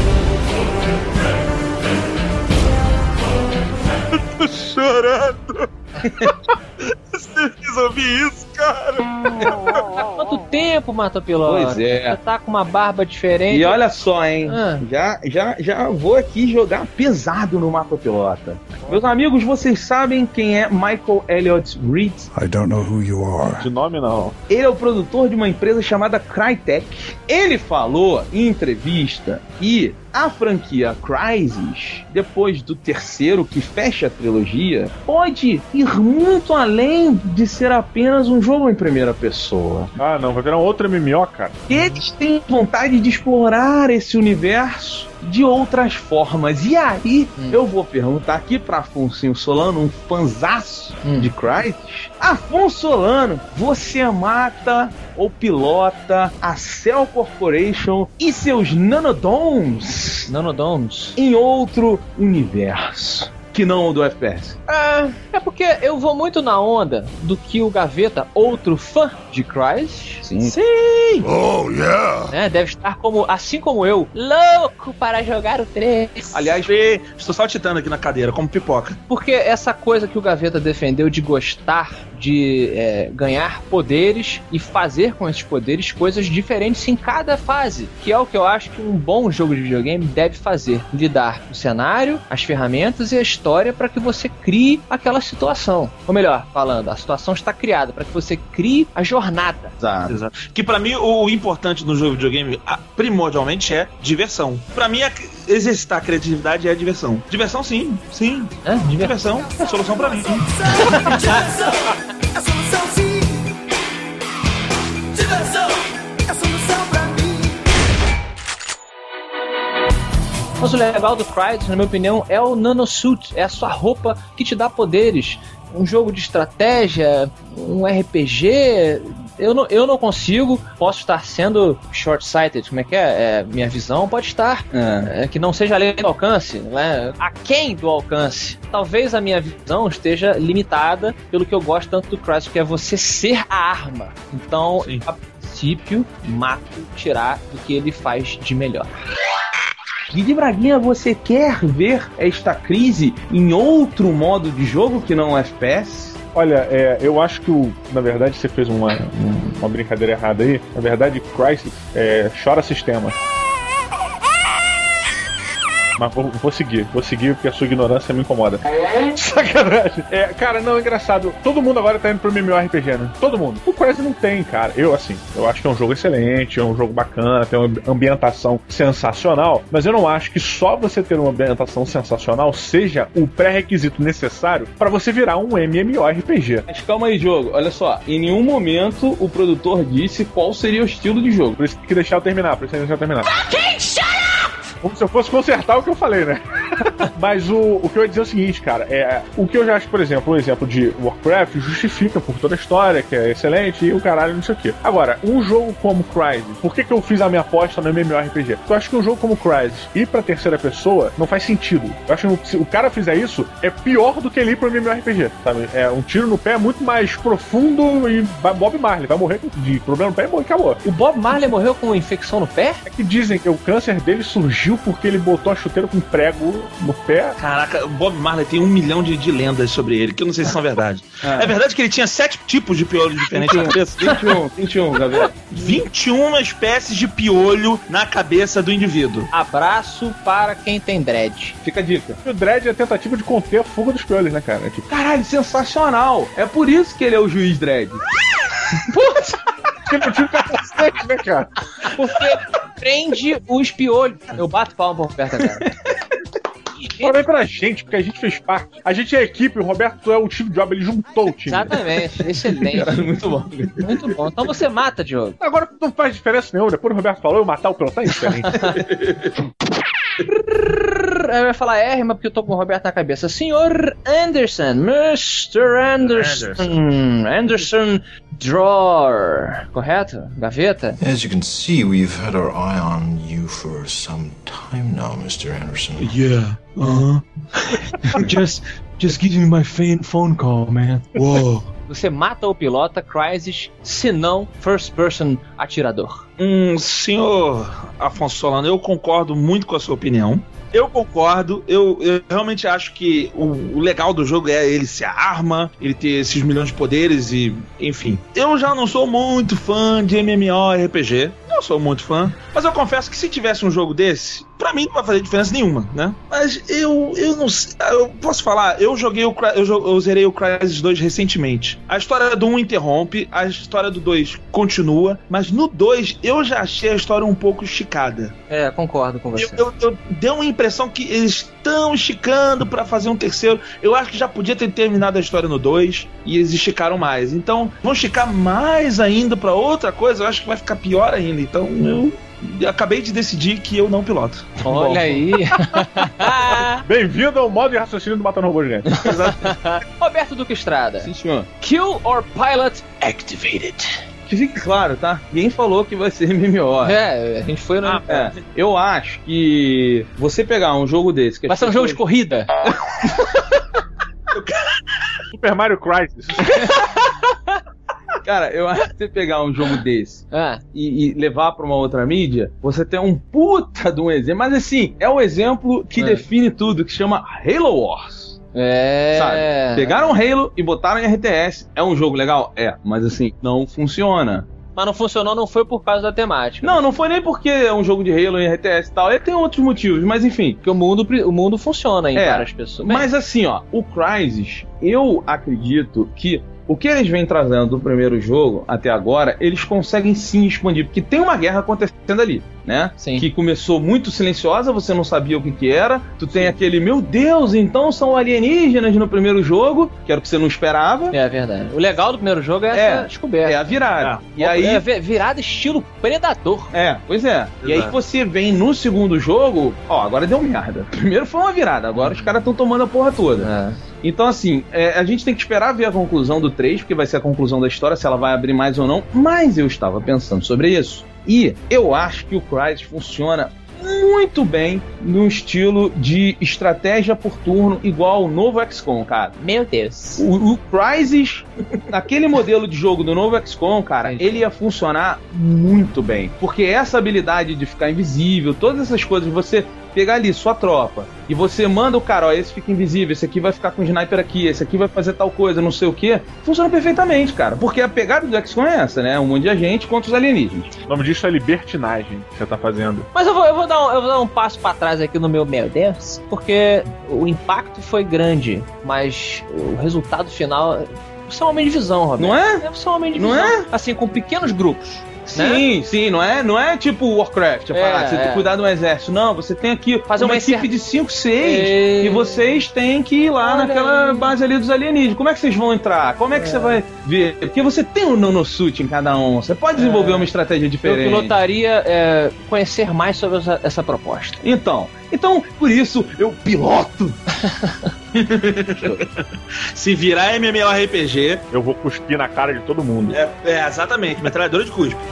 S6: Tô chorando. Você quis ouvir isso, cara?
S2: Quanto tempo, Mato Piloto?
S3: Pois é.
S2: Você tá com uma barba diferente.
S3: E olha só, hein?
S2: Ah.
S3: Já, já, já vou aqui jogar pesado no Mapa Pilota. Meus amigos, vocês sabem quem é Michael Elliott Reid?
S9: I don't know who you are.
S5: De nome, não.
S3: Ele é o produtor de uma empresa chamada Crytek. Ele falou em entrevista que a franquia Crysis, depois do terceiro que fecha a trilogia, pode ir muito além de ser apenas um jogo em primeira pessoa.
S5: Ah, não. Vai virar um outro M M O, cara.
S3: Eles têm vontade de explorar esse universo de outras formas. E aí,
S2: Hum.
S3: eu vou perguntar aqui pra Afonso Solano, um fanzaço
S2: Hum.
S3: de Crysis. Afonso Solano, você mata ou pilota a Cell Corporation e seus Nanodomes
S2: Nanodomes.
S3: em outro universo que não o do F P S?
S2: Ah, é porque eu vou muito na onda do que o Gaveta, outro fã de Crysis,
S3: Sim.
S2: sim,
S9: Oh, yeah.
S2: né, deve estar como, assim como eu, louco para jogar o três.
S3: Aliás,
S6: E estou saltitando aqui na cadeira, como pipoca.
S2: Porque essa coisa que o Gaveta defendeu de gostar de é, ganhar poderes e fazer com esses poderes coisas diferentes em cada fase, que é o que eu acho que um bom jogo de videogame deve fazer: lidar com o cenário, as ferramentas e a história para que você crie aquela situação. Ou melhor, falando, a situação está criada para que você crie a jornada.
S3: exato.
S6: Exato. Que pra mim o importante no jogo de videogame ah, primordialmente é diversão. Pra mim a- exercitar a criatividade é diversão. Diversão sim, sim.
S2: Né? Diver-
S6: Diversão é a solução pra mim.
S1: A solução sim,
S2: Mas o legal do Crysis, na minha opinião, é o Nanosuit, é a sua roupa que te dá poderes. Um jogo de estratégia, um R P G, eu não, eu não consigo, posso estar sendo short-sighted, como é que é? é minha visão pode estar, é. É, que não seja além do alcance, né? Aquém do alcance. Talvez a minha visão esteja limitada pelo que eu gosto tanto do Crysis, que é você ser a arma. Então, Sim. a princípio, mato tirar do que ele faz de melhor.
S3: Guide Braguinha, você quer ver esta crise em outro modo de jogo que não o F P S?
S5: Olha, é, eu acho que, o, na verdade, você fez uma, uma brincadeira errada aí. Na verdade, Crysis é, chora sistema. Mas vou, vou seguir, vou seguir porque a sua ignorância me incomoda. Sacanagem. É, cara, não, é engraçado. Todo mundo agora tá indo pro MMORPG, né? Todo mundo. O Crysis não tem, cara. Eu, assim, eu acho que é um jogo excelente, é um jogo bacana, tem uma ambientação sensacional, mas eu não acho que só você ter uma ambientação sensacional seja o pré-requisito necessário pra você virar um MMORPG.
S3: Mas calma aí, jogo. Olha só, em nenhum momento o produtor disse qual seria o estilo de jogo.
S5: Por isso tem que deixar eu terminar, por isso tem que deixar eu terminar. Como se eu fosse consertar o que eu falei, né? Mas o, o que eu ia dizer é o seguinte, cara, é, o que eu já acho, por exemplo, o exemplo de Warcraft justifica por toda a história, que é excelente, e o caralho, não sei o quê. Agora, um jogo como Crysis, por que que eu fiz a minha aposta no MMORPG? Eu acho que um jogo como Crysis ir pra terceira pessoa não faz sentido. Eu acho que se o cara fizer isso, é pior do que ele ir pro MMORPG, sabe? É um tiro no pé muito mais profundo e Bob Marley vai morrer de problema no pé e acabou.
S2: O Bob Marley morreu com infecção no pé?
S5: É que dizem que o câncer dele surgiu porque ele botou a chuteira com prego no pé.
S6: Caraca, o Bob Marley tem um milhão de, de lendas sobre ele, que eu não sei se são verdade. É, é verdade que ele tinha sete tipos de piolho diferentes na cabeça?
S3: vinte e um, vinte e um, galera.
S6: vinte e uma espécies de piolho na cabeça do indivíduo.
S2: Abraço para quem tem dread.
S3: Fica a dica.
S5: O dread é a tentativa de conter a fuga dos piolhos, né, cara? É tipo...
S3: Caralho, sensacional! É por isso que ele é o juiz dread.
S2: Puta!
S5: Porque não tinha capacete, né, cara?
S2: Porque prende os piolhos. Eu bato palma por perto agora.
S5: Parabéns pra gente, porque a gente fez parte. A gente é a equipe, o Roberto é o Steve Jobs, ele juntou o time.
S2: Exatamente, excelente.
S3: Caralho, muito bom.
S2: Muito bom. Então você mata, Diogo.
S5: Agora não faz diferença nenhuma. Depois o Roberto falou, eu matar o pelotão é diferente.
S2: Eu ia falar R, mas porque eu tô com o Roberto na cabeça. Senhor Anderson, mister Anderson. Anderson, Anderson Drawer. Correto? Gaveta?
S9: As you can see, we've had our eye on you for some time now, mister Anderson.
S1: Yeah, uh-huh. just, just give me my phone call, man. Whoa.
S2: Você mata o pilota Crysis, se não first person atirador.
S6: Hum, senhor Afonso Solano, eu concordo muito com a sua opinião. Eu concordo, eu, eu realmente acho que o, o legal do jogo é ele ser a arma, ele ter esses milhões de poderes e, enfim. Eu já não sou muito fã de MMORPG, não sou muito fã, mas eu confesso que se tivesse um jogo desse, pra mim não vai fazer diferença nenhuma, né? Mas eu, eu não sei, eu posso falar, eu joguei o, eu, eu zerei o Crysis dois recentemente. A história do um interrompe, a história do dois continua, mas no dois eu já achei a história um pouco esticada.
S2: É, concordo com você.
S6: Eu, eu, eu dei uma impressão que eles estão esticando pra fazer um terceiro. Eu acho que já podia ter terminado a história no dois e eles esticaram mais. Então, vão esticar mais ainda pra outra coisa, eu acho que vai ficar pior ainda. Então, eu... Eu acabei de decidir que eu não piloto.
S2: Olha Bom. aí.
S5: Bem-vindo ao modo de raciocínio do Matando Robô Gigante.
S2: Roberto Duque Estrada.
S3: Sim, senhor.
S2: Kill or Pilot Activated.
S3: Que fique claro, tá? Ninguém falou que vai ser M M O.
S2: É, a gente foi no...
S3: Ah, é. Eu acho que você pegar um jogo desse... Que
S2: vai ser um jogo de corrida.
S5: Super Mario Crysis.
S3: Cara, eu acho que você pegar um jogo desse
S2: ah.
S3: e, e levar pra uma outra mídia, você tem um puta de um exemplo. Mas assim, é um exemplo que é. define tudo, que chama Halo Wars.
S2: É.
S3: Sabe? Pegaram Halo e botaram em R T S. É um jogo legal? É. Mas assim, não funciona.
S2: Mas não funcionou, não foi por causa da temática.
S3: Não, não foi nem porque é um jogo de Halo em R T S e tal. Ele tem outros motivos, mas enfim.
S2: Porque o mundo, o mundo funciona em
S3: é,
S2: várias pessoas.
S3: Mas assim, ó, o Crysis, eu acredito que o que eles vêm trazendo do primeiro jogo até agora, eles conseguem sim expandir, porque tem uma guerra acontecendo ali, né?
S2: Sim.
S3: Que começou muito silenciosa, você não sabia o que que era, tu tem aquele, meu Deus, então são alienígenas no primeiro jogo, que era o que você não esperava.
S2: É verdade. O legal do primeiro jogo é,
S3: É,
S2: essa descoberta.
S3: É a virada.
S2: É.
S3: E aí...
S2: É vi- virada estilo Predador.
S3: É, pois é. E aí você vem no segundo jogo, ó, agora deu merda. Primeiro foi uma virada, agora os caras estão tomando a porra toda.
S2: É.
S3: Então, assim, é, a gente tem que esperar ver a conclusão do três, porque vai ser a conclusão da história, se ela vai abrir mais ou não. Mas eu estava pensando sobre isso. E eu acho que o Crysis funciona muito bem no estilo de estratégia por turno, igual o novo X COM, cara.
S2: Meu Deus.
S3: O, o Crysis, naquele modelo de jogo do novo X COM, cara, ele ia funcionar muito bem. Porque essa habilidade de ficar invisível, todas essas coisas, você pegar ali sua tropa e você manda o cara, ó, esse fica invisível, esse aqui vai ficar com sniper aqui, esse aqui vai fazer tal coisa, não sei o que, funciona perfeitamente, cara. Porque a pegada do X COM é essa, né? Um monte de agente contra os alienígenas.
S5: O nome disso é libertinagem que você tá fazendo.
S2: Mas eu vou, eu vou, dar, um, eu vou dar um passo pra trás aqui no meu meu Deus, porque o impacto foi grande, mas o resultado final... Você é um homem de visão, Roberto.
S3: Não é?
S2: Você é um homem de
S3: Não
S2: visão.
S3: é?
S2: Assim, com pequenos grupos.
S3: Sim, né? sim, não é, não é tipo Warcraft, a
S2: É,
S3: parada, você tem
S2: é.
S3: que cuidar de um exército. Não, você tem aqui
S2: Fazer
S3: uma,
S2: uma
S3: equipe
S2: inser-
S3: de cinco, seis
S2: E-
S3: e vocês têm que ir lá
S2: Olha
S3: naquela
S2: aí.
S3: base ali dos alienígenas. Como é que vocês vão entrar? Como é que você vai ver? Porque você tem um nanosuit em cada um, você pode desenvolver uma estratégia
S2: Eu
S3: diferente.
S2: pilotaria é, conhecer mais sobre essa, essa proposta.
S3: Então, então, por isso, eu piloto.
S6: Se virar MMORPG,
S5: Eu vou cuspir na cara de todo mundo.
S6: é, é exatamente, metralhadora de cuspe.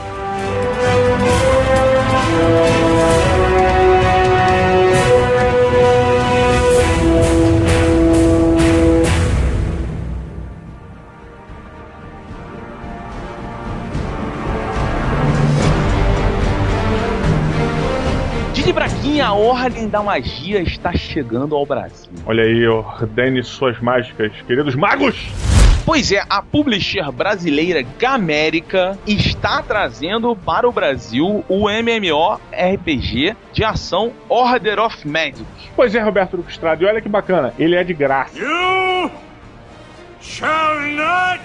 S3: Didi Braquinha, a Ordem da Magia está chegando ao Brasil.
S5: Olha aí, ordene suas mágicas, queridos magos!
S3: Pois é, a publisher brasileira Gamérica está trazendo para o Brasil o MMORPG de ação Order of Magic.
S5: Pois é, Roberto Duque Estrada, e olha que bacana, ele é de graça.
S4: You shall not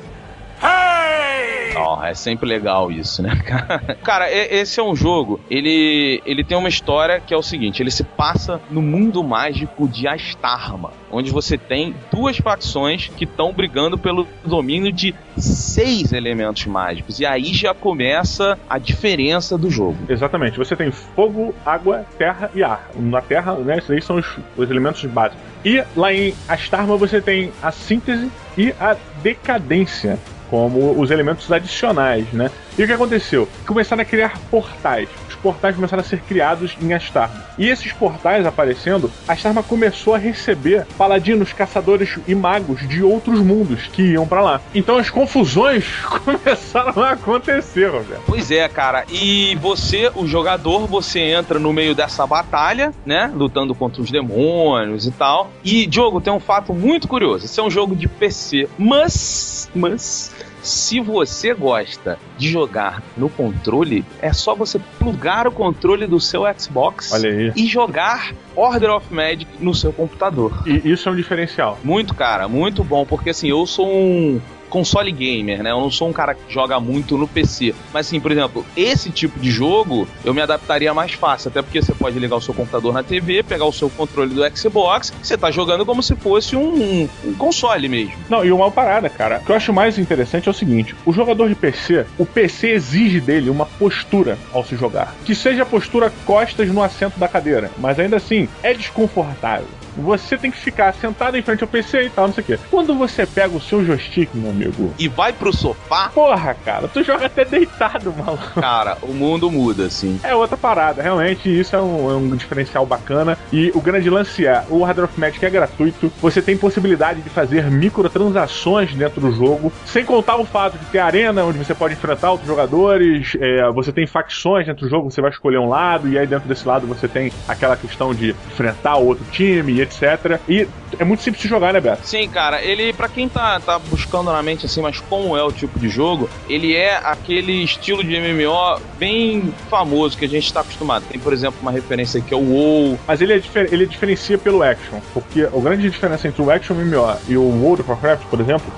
S4: pay!
S3: Oh, é sempre legal isso, né, cara? Cara, e- esse é um jogo, ele, ele tem uma história que é o seguinte, ele se passa no mundo mágico de Astarma, onde você tem duas facções que estão brigando pelo domínio de seis elementos mágicos, e aí já começa a diferença do jogo.
S5: Exatamente, você tem fogo, água, terra e ar. Na terra, né, esses aí são os, os elementos básicos. E lá em Astarma você tem a síntese e a decadência como os elementos adicionais, né? E o que aconteceu? Começaram a criar portais. Os portais começaram a ser criados em Astarma. E esses portais aparecendo, Astarma começou a receber paladinos, caçadores e magos de outros mundos que iam pra lá. Então as confusões começaram a acontecer, Roberto.
S3: Pois é, cara, e você, o jogador, você entra no meio dessa batalha, né, lutando contra os demônios e tal. E, Diogo, tem um fato muito curioso, esse é um jogo de P C, mas, mas... se você gosta de jogar no controle, é só você plugar o controle do seu Xbox
S5: Olha aí.
S3: e jogar Order of Magic no seu computador.
S5: E isso é um diferencial.
S3: Muito, cara, muito bom, porque assim, eu sou um console gamer, né? Eu não sou um cara que joga muito no P C. Mas assim, por exemplo, esse tipo de jogo eu me adaptaria mais fácil, até porque você pode ligar o seu computador na T V, pegar o seu controle do Xbox, você tá jogando como se fosse um, um, um console mesmo.
S5: Não, e uma parada, cara, o que eu acho mais interessante é o seguinte, o jogador de P C, o P C exige dele uma postura ao se jogar. Que seja a postura costas no assento da cadeira, mas ainda assim, é desconfortável. Você tem que ficar sentado em frente ao P C e tal, não sei o quê. Quando você pega o seu joystick, meu amigo,
S3: E vai pro sofá,
S5: porra, cara, tu joga até deitado, maluco.
S3: cara, o mundo muda, assim.
S5: É outra parada, realmente, isso é um, é um diferencial bacana. E o grande lance é, o Order of Magic é gratuito, você tem possibilidade de fazer microtransações dentro do jogo, sem contar o fato de ter arena, onde você pode enfrentar outros jogadores, é, você tem facções dentro do jogo, você vai escolher um lado, e aí dentro desse lado você tem aquela questão de enfrentar o outro time, etcétera. E é muito simples de jogar, né, Beto?
S3: Sim, cara, ele, pra quem tá, tá buscando na mente assim, mas como é o tipo de jogo, ele é aquele estilo de M M O bem famoso que a gente tá acostumado. Tem, por exemplo, uma referência aqui que é o WoW.
S5: Mas ele, é difer- ele diferencia pelo action, porque a grande diferença entre o action M M O e o World of Warcraft, por exemplo,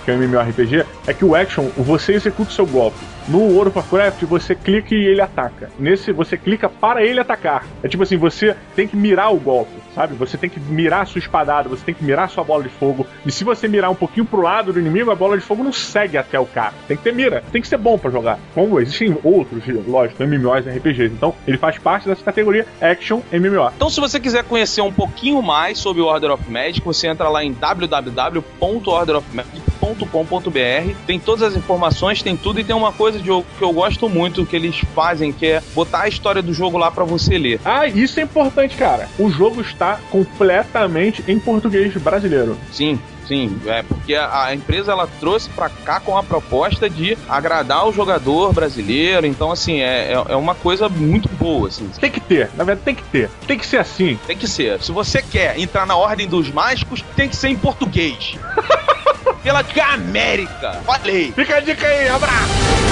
S5: que é um MMORPG, é que o action, você executa o seu golpe. No World of Warcraft, você clica e ele ataca. Nesse, você clica para ele atacar. É tipo assim, você tem que mirar o golpe, sabe? Você tem que mirar a sua espadada, você tem que mirar a sua bola de fogo. E se você mirar um pouquinho pro lado do inimigo, a bola de fogo não segue até o cara. Tem que ter mira, tem que ser bom pra jogar. Como existem outros, lógico, M M Os e R P Gs. Então, ele faz parte dessa categoria Action M M O.
S3: Então, se você quiser conhecer um pouquinho mais sobre o Order of Magic, você entra lá em w w w ponto order of magic ponto com ponto b r. Tem todas as informações, tem tudo, e tem uma coisa de jogo que eu gosto muito que eles fazem, que é botar a história do jogo lá pra você ler.
S5: Ah, isso é importante, cara. O jogo está completamente em português brasileiro.
S3: Sim. Sim, é porque a, a empresa ela trouxe pra cá com a proposta de agradar o jogador brasileiro, então assim, é, é, é uma coisa muito boa, assim.
S5: Tem que ter, na verdade tem que ter, tem que ser assim.
S3: Tem que ser, se você quer entrar na Ordem dos Mágicos, tem que ser em português. Pela América, falei.
S5: Fica a dica aí, abraço!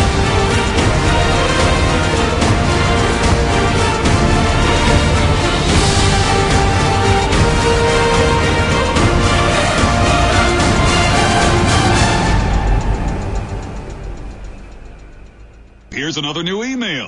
S10: Here's another new email.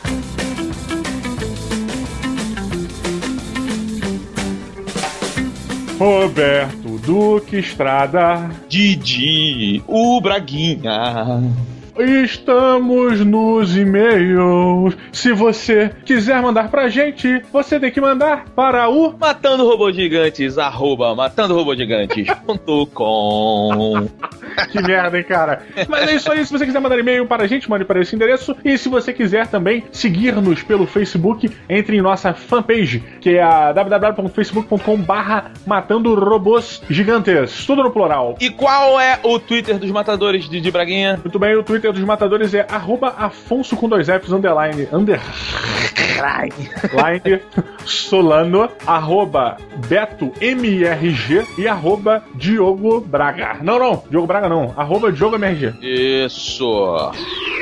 S5: Roberto Duque Estrada.
S3: Didi, o Braguinha.
S5: Estamos nos e-mails. Se você quiser mandar pra gente, você tem que mandar para o
S3: matando robôs gigantes arroba matando robôs gigantes ponto com.
S5: Que merda, hein, cara? Mas é isso aí. Se você quiser mandar e-mail para a gente, mande para esse endereço. E se você quiser também seguir-nos pelo Facebook, entre em nossa fanpage, que é a w w w ponto facebook ponto com barra matando robôs gigantes. Tudo no plural.
S3: E qual é o Twitter dos matadores, Didi Braguinha?
S5: Muito bem, o Twitter dos matadores é arroba Afonso com dois Fs, underline, underline, line, Solano, arroba Beto M R G e arroba Diogo Braga. Não, não, Diogo Braga não, arroba Diogo M R G.
S3: Isso.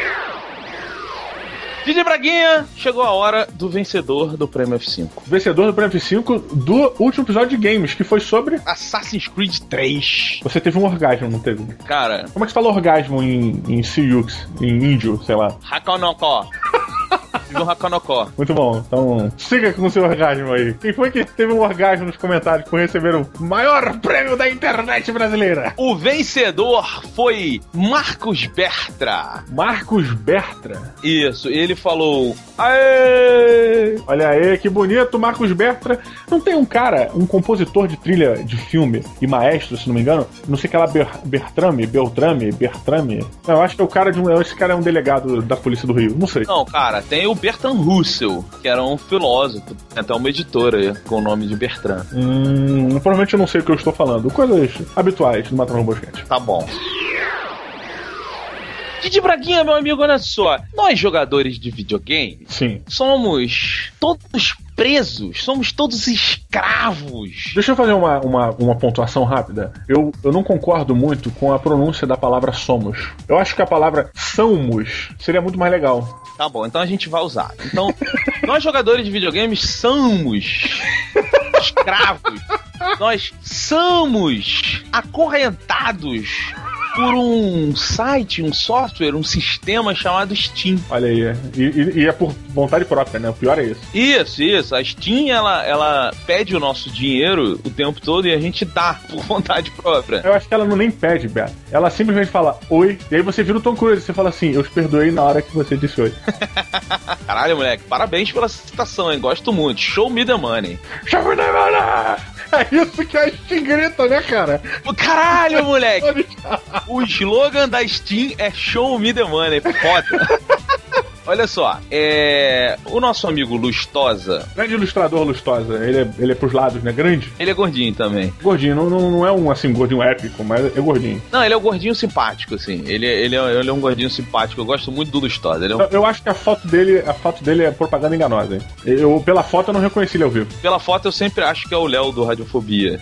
S3: Didi Braguinha, chegou a hora do vencedor do Prêmio F cinco.
S5: Vencedor do Prêmio F cinco do último episódio de games, que foi sobre
S3: Assassin's Creed três.
S5: Você teve um orgasmo, não teve?
S3: Cara...
S5: Como é que você fala orgasmo em, em Sioux, em índio, sei lá?
S3: Hakonoko. Do Hakonoko.
S5: Muito bom, então siga com o seu orgasmo aí. Quem foi que teve um orgasmo nos comentários por receber o maior prêmio da internet brasileira?
S3: O vencedor foi Marcos Bertra.
S5: Marcos Bertra?
S3: Isso, ele falou: aê!
S5: Olha aí, que bonito, Marcos Bertra. Não tem um cara, um compositor de trilha de filme e maestro, se não me engano, não sei que lá, Ber Bertrame, Beltrame, Bertrame. Não, eu acho que é o cara de um. Esse cara é um delegado da Polícia do Rio, não sei.
S3: Não, cara, tem o Bertrand Russell, que era um filósofo, tem até uma editora com o nome de Bertrand.
S5: Hum, provavelmente eu não sei o que eu estou falando. Coisas habituais do Matando Robôs Cat.
S3: Tá bom. Didi Braguinha, meu amigo, olha só. Nós, jogadores de videogame,
S5: sim,
S3: somos todos presos, somos todos escravos.
S5: Deixa eu fazer uma, uma, uma pontuação rápida. Eu, eu não concordo muito com a pronúncia da palavra somos. Eu acho que a palavra somos seria muito mais legal.
S3: Tá bom, então a gente vai usar. Então, nós, jogadores de videogames, somos escravos. Nós somos acorrentados por um site, um software, um sistema chamado Steam.
S5: Olha aí, e, e, e é por vontade própria, né? O pior é isso.
S3: Isso, isso. A Steam, ela, ela pede o nosso dinheiro o tempo todo e a gente dá por vontade própria.
S5: Eu acho que ela não nem pede, Beto. Ela simplesmente fala oi, e aí você vira o Tom Cruise e você fala assim, eu te perdoei na hora que você disse oi.
S3: Caralho, moleque, parabéns pela citação, hein? Gosto muito. Show me the money.
S5: Show me the money! É isso que a Steam grita, né, cara?
S3: Caralho, moleque! O slogan da Steam é Show me the money. Foda. Olha só, é... o nosso amigo Lustosa...
S5: Grande ilustrador Lustosa, ele é, ele é pros lados, né? Grande.
S3: Ele é gordinho também.
S5: Gordinho, não, não, não é um, assim, gordinho épico, mas é gordinho.
S3: Não, ele é um gordinho simpático, assim. Ele, ele, é, ele é um gordinho simpático, eu gosto muito do Lustosa. Ele é um...
S5: eu, eu acho que a foto dele, a foto dele é propaganda enganosa, hein? Eu, pela foto, eu não reconheci ele ao vivo.
S3: Pela foto, eu sempre acho que é o Léo do Radiofobia.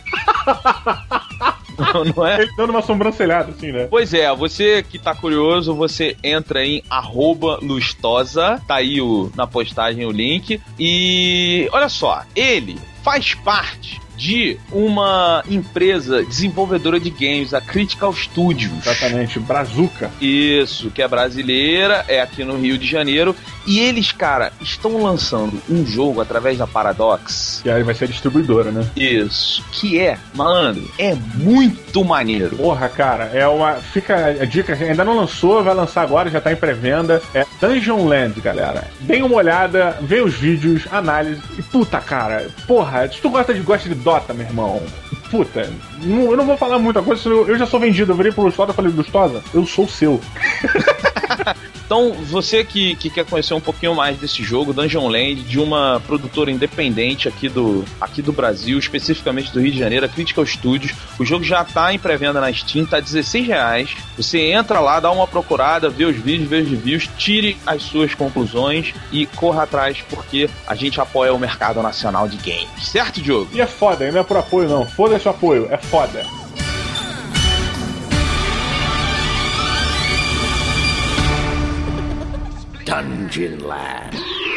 S3: Não, não é?
S5: Ele dando uma sobrancelhada, assim, né?
S3: Pois é, você que tá curioso, você entra em arroba Lustosa, tá aí o, na postagem o link. E olha só, ele faz parte de uma empresa desenvolvedora de games, a Critical Studios.
S5: Exatamente, Brazuca.
S3: Isso, que é brasileira, é aqui no Rio de Janeiro. E eles, cara, estão lançando um jogo através da Paradox.
S5: Que aí vai ser a distribuidora, né?
S3: Isso. Que é, malandro, é muito maneiro.
S5: Porra, cara, é uma... Fica a dica, ainda não lançou, vai lançar agora, já tá em pré-venda. É Dungeon Land, galera. Deem uma olhada, vê os vídeos, análise. E puta, cara, porra, se tu gosta de, gosta de Dota, meu irmão... Puta, não, eu não vou falar muita coisa, eu já sou vendido, eu virei pro Lustosa e falei, Lustosa, eu sou o seu.
S3: Então, você que, que quer conhecer um pouquinho mais desse jogo, Dungeon Land, de uma produtora independente aqui do, aqui do Brasil, especificamente do Rio de Janeiro, a Critical Studios, o jogo já tá em pré-venda na Steam, tá dezesseis reais. Você entra lá, dá uma procurada, vê os vídeos, vê os reviews, tire as suas conclusões e corra atrás, porque a gente apoia o mercado nacional de games. Certo, Diogo?
S5: E é foda, não é por apoio não, foda-se o apoio, é foda.
S3: Dungeon Land.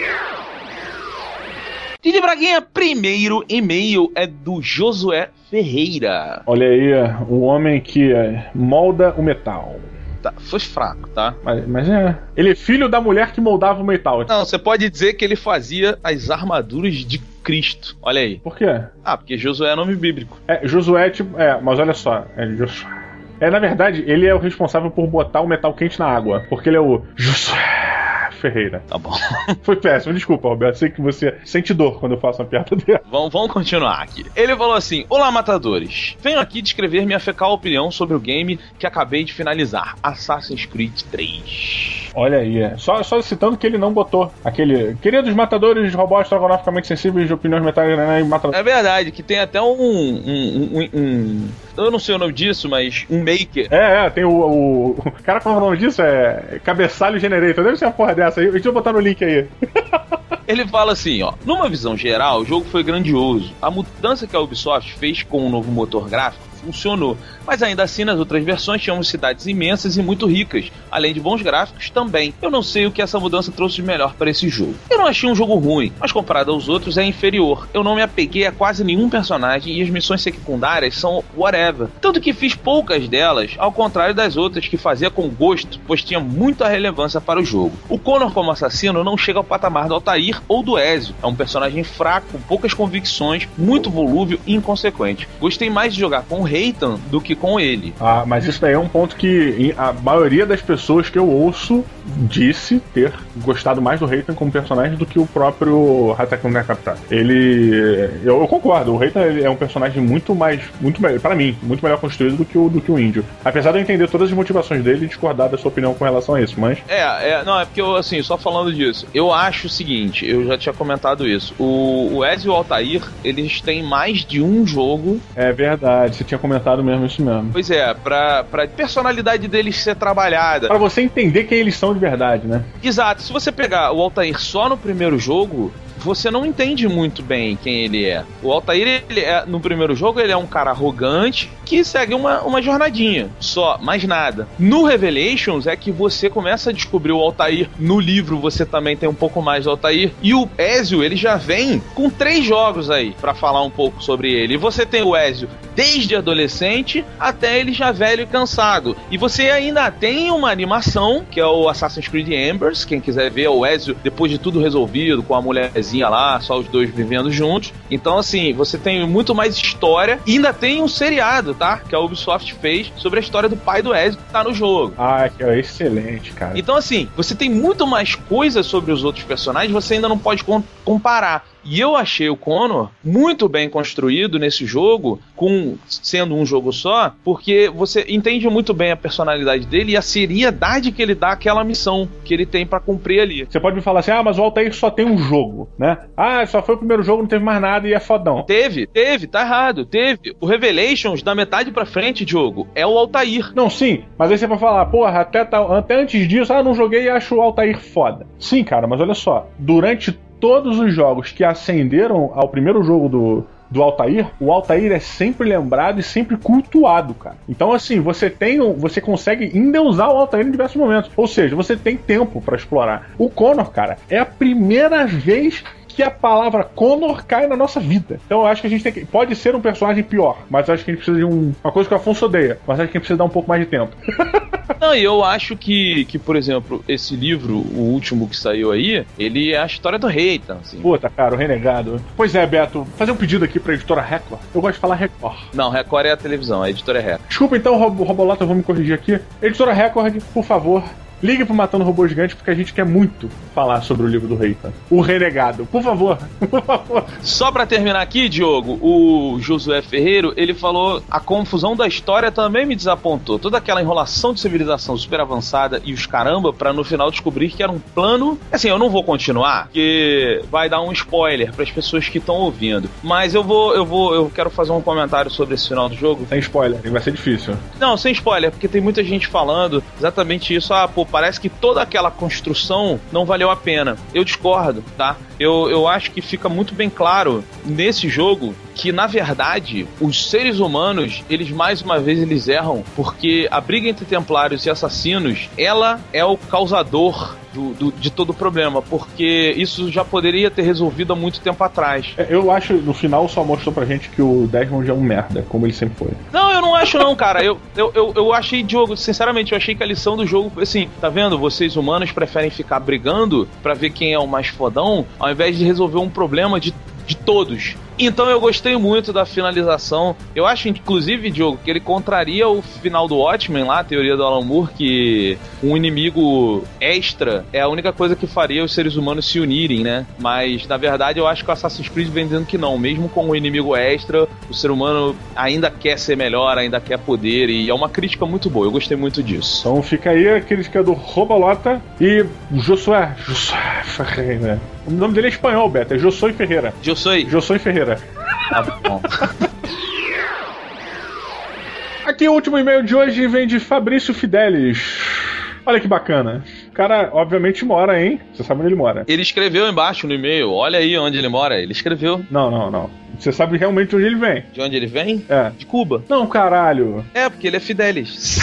S3: Didi Braguinha, primeiro e-mail é do Josué Ferreira.
S5: Olha aí, o homem que molda o metal.
S3: Tá, foi fraco, tá?
S5: Mas, mas é. Ele é filho da mulher que moldava o metal.
S3: Não, você pode dizer que ele fazia as armaduras de Cristo. Olha aí.
S5: Por quê?
S3: Ah, porque Josué é nome bíblico.
S5: É, Josué, tipo. É, mas olha só. É Josué. É, na verdade, ele é o responsável por botar o metal quente na água. Porque ele é o Josué Ferreira.
S3: Tá bom.
S5: Foi péssimo, desculpa, Roberto. Sei que você sente dor quando eu faço uma piada dela.
S3: Vamos, vamos continuar aqui. Ele falou assim: olá, matadores. Venho aqui descrever minha fecal opinião sobre o game que acabei de finalizar, Assassin's Creed três.
S5: Olha aí, é. Só, só citando que ele não botou aquele... Queridos matadores, robôs estrogonoficamente sensíveis de opiniões metálicas e matadores.
S3: É verdade, que tem até um, um, um, um... Eu não sei o nome disso, mas um maker.
S5: É, é, tem o... O, o cara, qual é o nome disso? É Cabeçalho Generator. Deve ser uma porra dessa aí. Deixa eu botar no link aí.
S3: Ele fala assim, ó: numa visão geral, o jogo foi grandioso. A mudança que a Ubisoft fez com o novo motor gráfico funcionou, mas ainda assim nas outras versões tínhamos cidades imensas e muito ricas, além de bons gráficos também. Eu não sei o que essa mudança trouxe de melhor para esse jogo. Eu não achei um jogo ruim, mas comparado aos outros é inferior. Eu não me apeguei a quase nenhum personagem e as missões secundárias são whatever. Tanto que fiz poucas delas, ao contrário das outras que fazia com gosto, pois tinha muita relevância para o jogo. O Connor como assassino não chega ao patamar do Altair ou do Ezio. É um personagem fraco, com poucas convicções, muito volúvel e inconsequente. Gostei mais de jogar com o Reitan do que com ele.
S5: Ah, mas isso daí é um ponto que a maioria das pessoas que eu ouço disse ter gostado mais do Reitan como personagem do que o próprio Hatake no Capitão. Ele... Eu, eu concordo, o Reitan é um personagem muito mais... muito melhor, pra mim, muito melhor construído do que, o, do que o Índio. Apesar de eu entender todas as motivações dele e discordar da sua opinião com relação a isso, mas...
S3: É, é não, é porque eu, assim, só falando disso, eu acho o seguinte, eu já tinha comentado isso, o, o Ezio e o Altair, eles têm mais de um jogo...
S5: É verdade, você tinha comentado mesmo isso mesmo.
S3: Pois é, pra, pra personalidade deles ser trabalhada.
S5: Pra você entender quem eles são de verdade, né?
S3: Exato, se você pegar o Altair só no primeiro jogo, você não entende muito bem quem ele é. O Altair, ele é, no primeiro jogo, ele é um cara arrogante que segue uma, uma jornadinha, só, mais nada. No Revelations é que você começa a descobrir o Altair. No livro você também tem um pouco mais do Altair. E o Ezio, ele já vem com três jogos aí pra falar um pouco sobre ele. E você tem o Ezio desde adolescente até ele já velho e cansado. E você ainda tem uma animação, que é o Assassin's Creed Embers. Quem quiser ver, é o Ezio depois de tudo resolvido, com a mulherzinha lá, só os dois vivendo juntos. Então, assim, você tem muito mais história. E ainda tem um seriado, tá? Que a Ubisoft fez sobre a história do pai do Ezio, que tá no jogo.
S5: Ah, que é excelente, cara.
S3: Então, assim, você tem muito mais coisas sobre os outros personagens, você ainda não pode com- comparar. E eu achei o Connor muito bem construído nesse jogo, com sendo um jogo só, porque você entende muito bem a personalidade dele e a seriedade que ele dá àquela missão que ele tem pra cumprir ali.
S5: Você pode me falar assim, ah, mas o Altair só tem um jogo, né? Ah, só foi o primeiro jogo, não teve mais nada e é fodão.
S3: Teve, teve, tá errado, teve. O Revelations, da metade pra frente, Diogo, é o Altair.
S5: Não, sim, mas aí você vai falar, porra, até, até antes disso, ah, não joguei e acho o Altair foda. Sim, cara, mas olha só, durante todos os jogos que ascenderam ao primeiro jogo do, do Altair, o Altair é sempre lembrado e sempre cultuado, cara. Então, assim, você tem, você consegue endeusar o Altair em diversos momentos. Ou seja, você tem tempo pra explorar. O Connor, cara, é a primeira vez que a palavra Connor cai na nossa vida. Então eu acho que a gente tem que... Pode ser um personagem pior, mas eu acho que a gente precisa de um... uma coisa que o Afonso odeia, mas acho que a gente precisa dar um pouco mais de tempo.
S3: Não, e eu acho que, que, por exemplo, esse livro, o último que saiu aí, ele é a história do Reitan, assim.
S5: Puta, cara, o Renegado. Pois é, Beto, fazer um pedido aqui pra editora Record. Eu gosto de falar Record.
S3: Não, Record é a televisão, a editora é Record.
S5: Desculpa então, Rob- Robolota, eu vou me corrigir aqui. Editora Record, por favor, ligue pro Matando Robô Gigante, porque a gente quer muito falar sobre o livro do Reitan. O Renegado. Por favor, por favor.
S3: Só pra terminar aqui, Diogo, o Josué Ferreiro, ele falou: a confusão da história também me desapontou. Toda aquela enrolação de civilização super avançada e os caramba, pra no final descobrir que era um plano... Assim, eu não vou continuar, porque vai dar um spoiler pras pessoas que estão ouvindo. Mas eu vou, eu vou, eu quero fazer um comentário sobre esse final do jogo.
S5: Sem spoiler, vai ser difícil.
S3: Não, sem spoiler, porque tem muita gente falando exatamente isso. Ah, pô, parece que toda aquela construção não valeu a pena. Eu discordo, tá? Eu, eu acho que fica muito bem claro nesse jogo que, na verdade, os seres humanos, eles mais uma vez eles erram, porque a briga entre templários e assassinos, ela é o causador do, do, de todo o problema, porque isso já poderia ter resolvido há muito tempo atrás.
S5: Eu acho, no final, só mostrou pra gente que o Desmond é um merda, como ele sempre foi.
S3: Não, eu não acho não, cara. Eu, eu, eu, eu achei, Diogo, sinceramente, eu achei que a lição do jogo foi assim, tá vendo? Vocês humanos preferem ficar brigando pra ver quem é o mais fodão, ao invés de resolver um problema de, de todos. Então eu gostei muito da finalização. Eu acho, inclusive, Diogo, que ele contraria o final do Watchmen lá, a teoria do Alan Moore, que um inimigo extra é a única coisa que faria os seres humanos se unirem, né? Mas, na verdade, eu acho que o Assassin's Creed vem dizendo que não. Mesmo com o inimigo extra, o ser humano ainda quer ser melhor, ainda quer poder, e é uma crítica muito boa. Eu gostei muito disso.
S5: Então fica aí a crítica do Robolota e Josué. Josué Ferreira. O nome dele é espanhol, Beto. É Josué Ferreira.
S3: Josué.
S5: Josué Ferreira.
S3: Tá bom.
S5: Aqui o último e-mail de hoje vem de Fabrício Fidelis. Olha que bacana. O cara, obviamente, mora, hein? Você sabe onde ele mora.
S3: Ele escreveu embaixo no e-mail. Olha aí onde ele mora. Ele escreveu.
S5: Não, não, não. Você sabe realmente onde ele vem.
S3: De onde ele vem?
S5: É.
S3: De Cuba.
S5: Não, caralho.
S3: É, porque ele é Fidelis.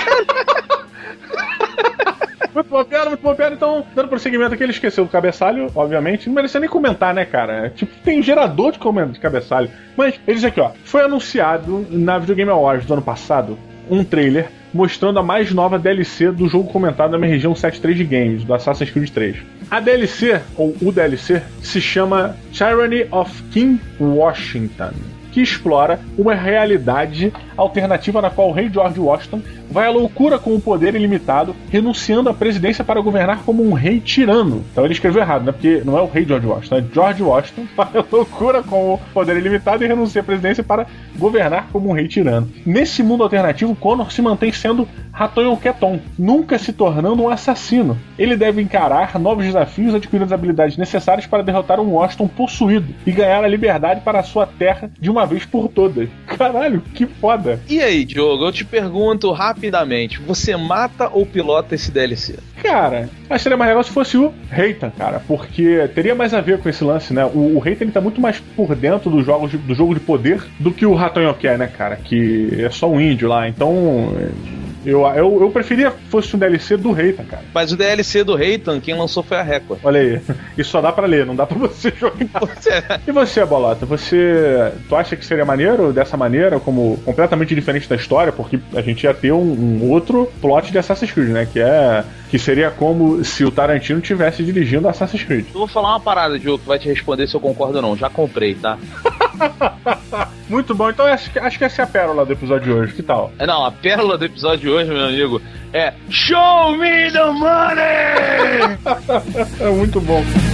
S5: Muito boa piada, muito boa piada. Então, dando prosseguimento aqui, ele esqueceu do cabeçalho, obviamente. Não merecia nem comentar, né, cara? Tipo, tem gerador de, de cabeçalho. Mas, ele diz aqui, ó. Foi anunciado na Video Game Awards do ano passado um trailer mostrando a mais nova D L C do jogo comentado na minha região setenta e três de Games, do Assassin's Creed três. A D L C, ou o D L C, se chama Tyranny of King Washington, que explora uma realidade alternativa na qual o rei George Washington vai à loucura com o poder ilimitado, renunciando à presidência para governar como um rei tirano. Então ele escreveu errado, né? Porque não é o rei George Washington, é George Washington vai à loucura com o poder ilimitado e renuncia à presidência para governar como um rei tirano. Nesse mundo alternativo, Connor se mantém sendo Raton Keton, nunca se tornando um assassino. Ele deve encarar novos desafios, adquirindo as habilidades necessárias para derrotar um Washington possuído e ganhar a liberdade para a sua terra de uma vez por todas. Caralho, que foda.
S3: E aí, Diogo, eu te pergunto rapidamente, você mata ou pilota esse D L C?
S5: Cara, acho que seria mais legal se fosse o Reitan, cara, porque teria mais a ver com esse lance, né? O, o Reitan, ele tá muito mais por dentro dos jogos de, do jogo de poder do que o Raton Yoké, né, cara? Que é só um índio lá, então... Eu, eu, eu preferia que fosse um D L C do Reitan, cara.
S3: Mas o D L C do Reitan, quem lançou foi a Record.
S5: Olha aí, isso só dá pra ler, não dá pra você jogar. E você, Bolota, você... Tu acha que seria maneiro dessa maneira, como completamente diferente da história? Porque a gente ia ter um, um outro plot de Assassin's Creed, né? Que é... Que seria como se o Tarantino estivesse dirigindo Assassin's Creed.
S3: Eu vou falar uma parada, Diogo, que vai te responder se eu concordo ou não. Já comprei, tá?
S5: Muito bom, então acho que, acho que essa é a pérola do episódio de hoje, que tal?
S3: É, não, a pérola do episódio de hoje, meu amigo, é Show me the money!
S5: É muito bom.